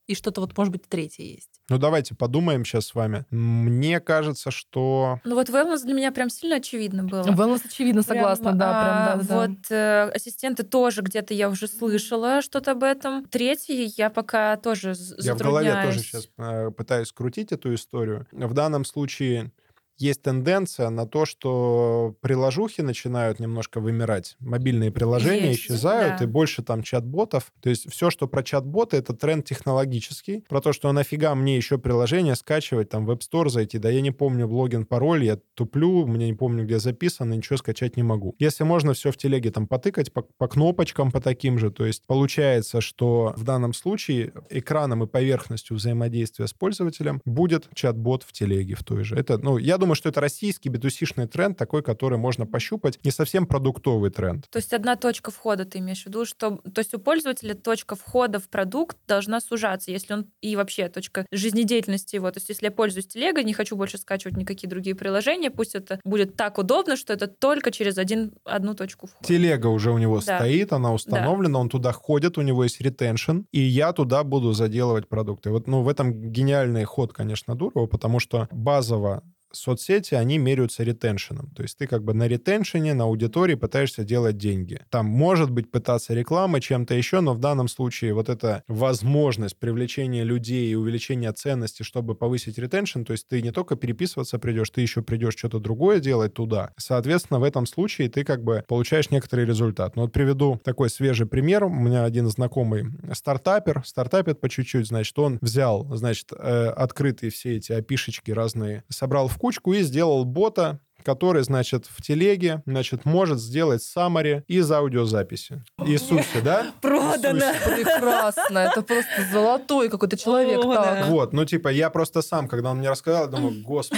Speaker 2: и что-то вот, может быть, третье есть.
Speaker 3: Ну, давайте подумаем сейчас с вами. Мне кажется, что...
Speaker 1: Ну вот wellness для меня прям сильно очевидно было.
Speaker 2: Wellness очевидно, согласна,
Speaker 1: Прям,
Speaker 2: да, прям, да.
Speaker 1: Вот ассистенты тоже где-то я уже слышала что-то об этом. Третий я пока тоже затрудняюсь.
Speaker 3: Я в голове тоже сейчас пытаюсь крутить эту историю. В данном случае есть тенденция на то, что приложухи начинают немножко вымирать, мобильные приложения
Speaker 1: Есть,
Speaker 3: исчезают,
Speaker 1: да.
Speaker 3: и больше там чат-ботов. То есть все, что про чат-боты, это тренд технологический. Про то, что нафига мне еще приложение скачивать, там в App Store зайти, да я не помню логин, пароль, я туплю, мне не помню, где записано, ничего скачать не могу. Если можно все в телеге там потыкать по кнопочкам, по таким же, то есть получается, что в данном случае экраном и поверхностью взаимодействия с пользователем будет чат-бот в телеге в той же. Это, ну, я думаю, что это российский B2C-шный тренд, такой, который можно пощупать, не совсем продуктовый тренд.
Speaker 1: То есть одна точка входа, ты имеешь в виду, что... То есть у пользователя точка входа в продукт должна сужаться, если он... И вообще точка жизнедеятельности его. То есть если я пользуюсь телегой, не хочу больше скачивать никакие другие приложения, пусть это будет так удобно, что это только через одну точку входа.
Speaker 3: Телега уже у него стоит, она установлена, он туда ходит, у него есть ретеншн, и я туда буду заделывать продукты. Вот, ну, в этом гениальный ход, конечно, Дурова, потому что базово соцсети, они меряются ретеншеном. То есть ты как бы на ретеншене, на аудитории пытаешься делать деньги. Там может быть пытаться рекламой, чем-то еще, но в данном случае вот эта возможность привлечения людей и увеличения ценности, чтобы повысить ретеншн, то есть ты не только переписываться придешь, ты еще придешь что-то другое делать туда. Соответственно, в этом случае ты как бы получаешь некоторый результат. Ну вот приведу такой свежий пример. У меня один знакомый стартапит по чуть-чуть, значит, он взял, значит, открытые все эти API-шечки разные, собрал в кучку и сделал бота, который, значит, в телеге, значит, может сделать summary из аудиозаписи. Иисусе, да?
Speaker 1: Продано!
Speaker 2: Прекрасно, это просто золотой какой-то человек. Так.
Speaker 3: Вот, ну, типа, я просто сам, когда он мне рассказал, думаю, господи,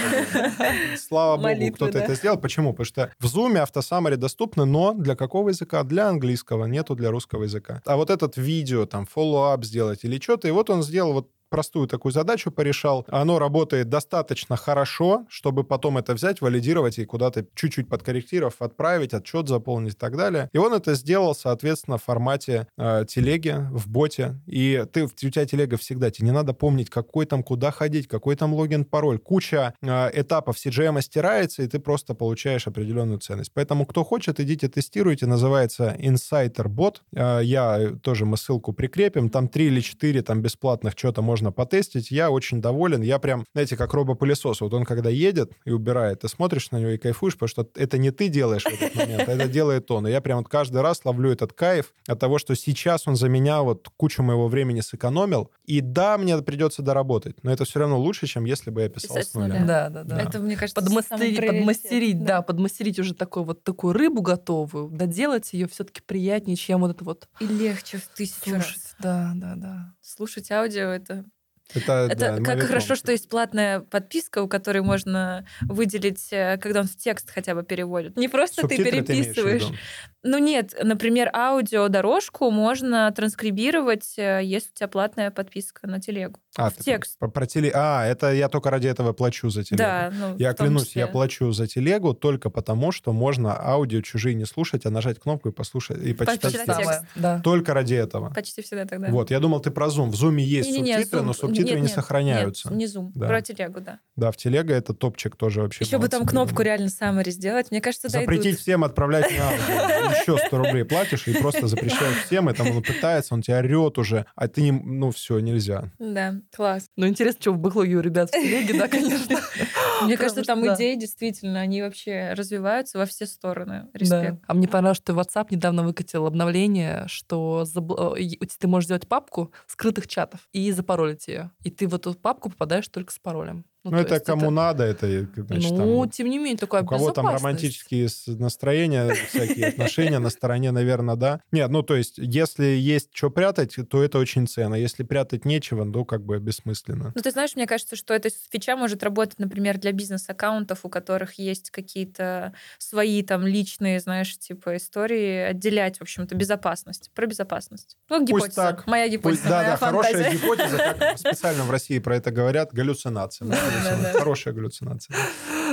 Speaker 3: слава богу, кто-то это сделал. Почему? Потому что в Zoom автосаммари доступны, но для какого языка? Для английского, нету для русского языка. А вот этот видео, там, follow-up сделать или что-то, и вот он сделал вот простую такую задачу порешал. Оно работает достаточно хорошо, чтобы потом это взять, валидировать и куда-то чуть-чуть подкорректировав, отправить, отчет заполнить и так далее. И он это сделал, соответственно, в формате телеги, в боте. И у тебя телега всегда, тебе не надо помнить, какой там, куда ходить, какой там логин, пароль. Куча этапов CGM стирается, и ты просто получаешь определенную ценность. Поэтому, кто хочет, идите тестируйте. Называется Insider Bot. Мы ссылку прикрепим. Там 3 или 4 там бесплатных что-то можно потестить. Я очень доволен. Я прям, знаете, как робопылесос. Вот он когда едет и убирает, ты смотришь на него и кайфуешь, потому что это не ты делаешь в этот момент, а это делает он. И я прям вот каждый раз ловлю этот кайф от того, что сейчас он за меня вот кучу моего времени сэкономил. И да, мне придется доработать, но это все равно лучше, чем если бы я писал с нуля.
Speaker 2: Да.
Speaker 1: Это, мне кажется,
Speaker 2: подмастерить уже такую рыбу готовую, доделать ее все-таки приятнее, чем вот это вот.
Speaker 1: И легче в 1000 раз.
Speaker 2: Да.
Speaker 1: Слушать аудио
Speaker 3: Это
Speaker 1: как хорошо, что есть платная подписка, у которой можно выделить, когда он в текст хотя бы переводит. Не просто
Speaker 3: субтитры
Speaker 1: ты переписываешь. Ну нет, например, аудиодорожку можно транскрибировать, если у тебя платная подписка на телегу. В текст.
Speaker 3: Это я только ради этого плачу за телегу.
Speaker 1: Да,
Speaker 3: я клянусь, я плачу за телегу только потому, что можно аудио чужие не слушать, а нажать кнопку и послушать и почитать текст.
Speaker 2: Да.
Speaker 3: Только ради этого.
Speaker 1: Почти всегда тогда.
Speaker 3: Вот, я думал, ты про Zoom. В Zoom есть субтитры, но субтитры не сохраняются.
Speaker 1: Нет, не Zoom, про телегу, да.
Speaker 3: Да, в телега это топчик тоже вообще.
Speaker 1: Еще бы там кнопку реально summary сделать, мне кажется,
Speaker 3: запретить всем отправлять на аудио. Еще 100 рублей платишь и просто запрещаешь всем, и там он пытается, он тебя орет уже, а ты, все, нельзя.
Speaker 1: Да, класс.
Speaker 2: Ну, интересно, что в бэклоге у ребят в телеге, да, конечно.
Speaker 1: Мне кажется, там идеи действительно, они вообще развиваются во все стороны. Респект.
Speaker 2: А мне понравилось, что WhatsApp недавно выкатил обновление, что ты можешь сделать папку скрытых чатов и запаролить ее. И ты в эту папку попадаешь только с паролем.
Speaker 3: Ну, это кому надо, это, значит,
Speaker 2: ну, тем не менее, такая безопасность.
Speaker 3: У кого там романтические настроения, всякие отношения на стороне, наверное, да. Нет, ну, то есть, если есть что прятать, то это очень ценно. Если прятать нечего, то как бы бессмысленно.
Speaker 1: Ну, ты знаешь, мне кажется, что эта фича может работать, например, для бизнес-аккаунтов, у которых есть какие-то свои там личные, знаешь, типа истории, отделять, в общем-то, безопасность. Про безопасность. Ну, гипотеза.
Speaker 3: Пусть так.
Speaker 1: Моя гипотеза,
Speaker 3: моя фантазия. Хорошая гипотеза, как специально в России про это говорят, галлюцинация. Хорошая галлюцинация.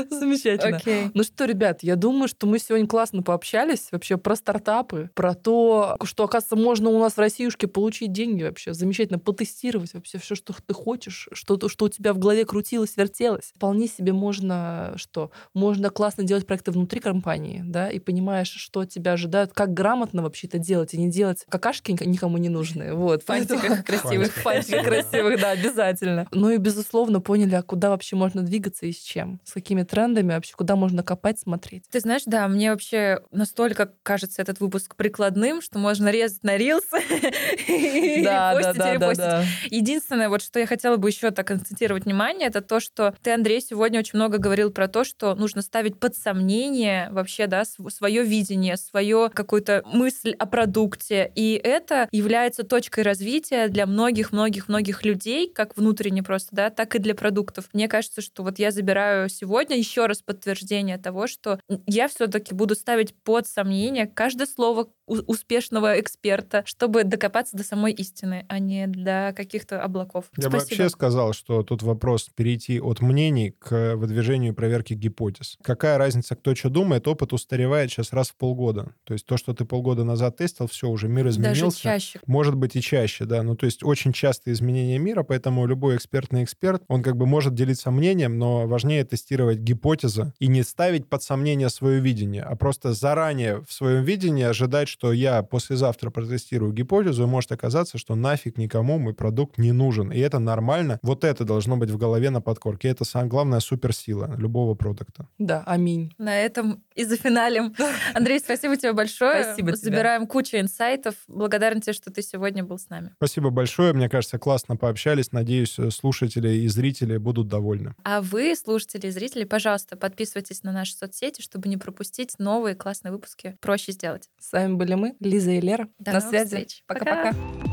Speaker 2: Замечательно.
Speaker 1: Окей.
Speaker 2: Ну что, ребят, я думаю, что мы сегодня классно пообщались вообще про стартапы, про то, что, оказывается, можно у нас в Россиюшке получить деньги вообще, замечательно потестировать вообще все, что ты хочешь, что у тебя в голове крутилось, вертелось. Вполне себе можно можно классно делать проекты внутри компании, да, и понимаешь, что тебя ожидают, как грамотно вообще это делать, и не делать какашки никому не нужны. Вот.
Speaker 1: Фантиках красивых.
Speaker 2: Фантиках красивых, да, обязательно. Ну и, безусловно, поняли, а куда вообще можно двигаться и с чем, с какими трендами вообще, куда можно копать, смотреть.
Speaker 1: Ты знаешь, да, мне вообще настолько кажется этот выпуск прикладным, что можно резать на рилсы и репостить. Единственное, вот что я хотела бы еще так акцентировать внимание, это то, что ты, Андрей, сегодня очень много говорил про то, что нужно ставить под сомнение вообще, да, свое видение, свою какую-то мысль о продукте. И это является точкой развития для многих-многих-многих людей, как внутренне просто, да, так и для продуктов. Мне кажется, что вот я забираю сегодня еще раз подтверждение того, что я все-таки буду ставить под сомнение каждое слово успешного эксперта, чтобы докопаться до самой истины, а не для каких-то облаков.
Speaker 3: Я бы вообще сказал, что тут вопрос перейти от мнений к выдвижению и проверке гипотез. Какая разница, кто что думает, опыт устаревает сейчас раз в полгода. То есть то, что ты полгода назад тестил, все, уже мир изменился.
Speaker 1: Даже чаще.
Speaker 3: Может быть и чаще, да. Ну, то есть очень частые изменения мира, поэтому любой экспертный эксперт, он как бы может делиться мнением, но важнее тестировать гипотезы и не ставить под сомнение свое видение, а просто заранее в своем видении ожидать, что я послезавтра протестирую гипотезу, и может оказаться, что нафиг никому мой продукт не нужен. И это нормально. Вот это должно быть в голове на подкорке. Это самая главная суперсила любого продукта.
Speaker 2: Да, аминь.
Speaker 1: На этом и зафиналим. Андрей, спасибо тебе большое.
Speaker 2: Спасибо тебе.
Speaker 1: Забираем кучу инсайтов. Благодарен тебе, что ты сегодня был с нами.
Speaker 3: Спасибо большое. Мне кажется, классно пообщались. Надеюсь, слушатели и зрители будут довольны.
Speaker 1: А вы, слушатели и зрители, пожалуйста, подписывайтесь на наши соцсети, чтобы не пропустить новые классные выпуски. Проще сделать.
Speaker 2: С вами были мы, Лиза и Лера.
Speaker 1: До
Speaker 2: На
Speaker 1: новых
Speaker 2: связи.
Speaker 1: встреч.
Speaker 2: Пока-пока.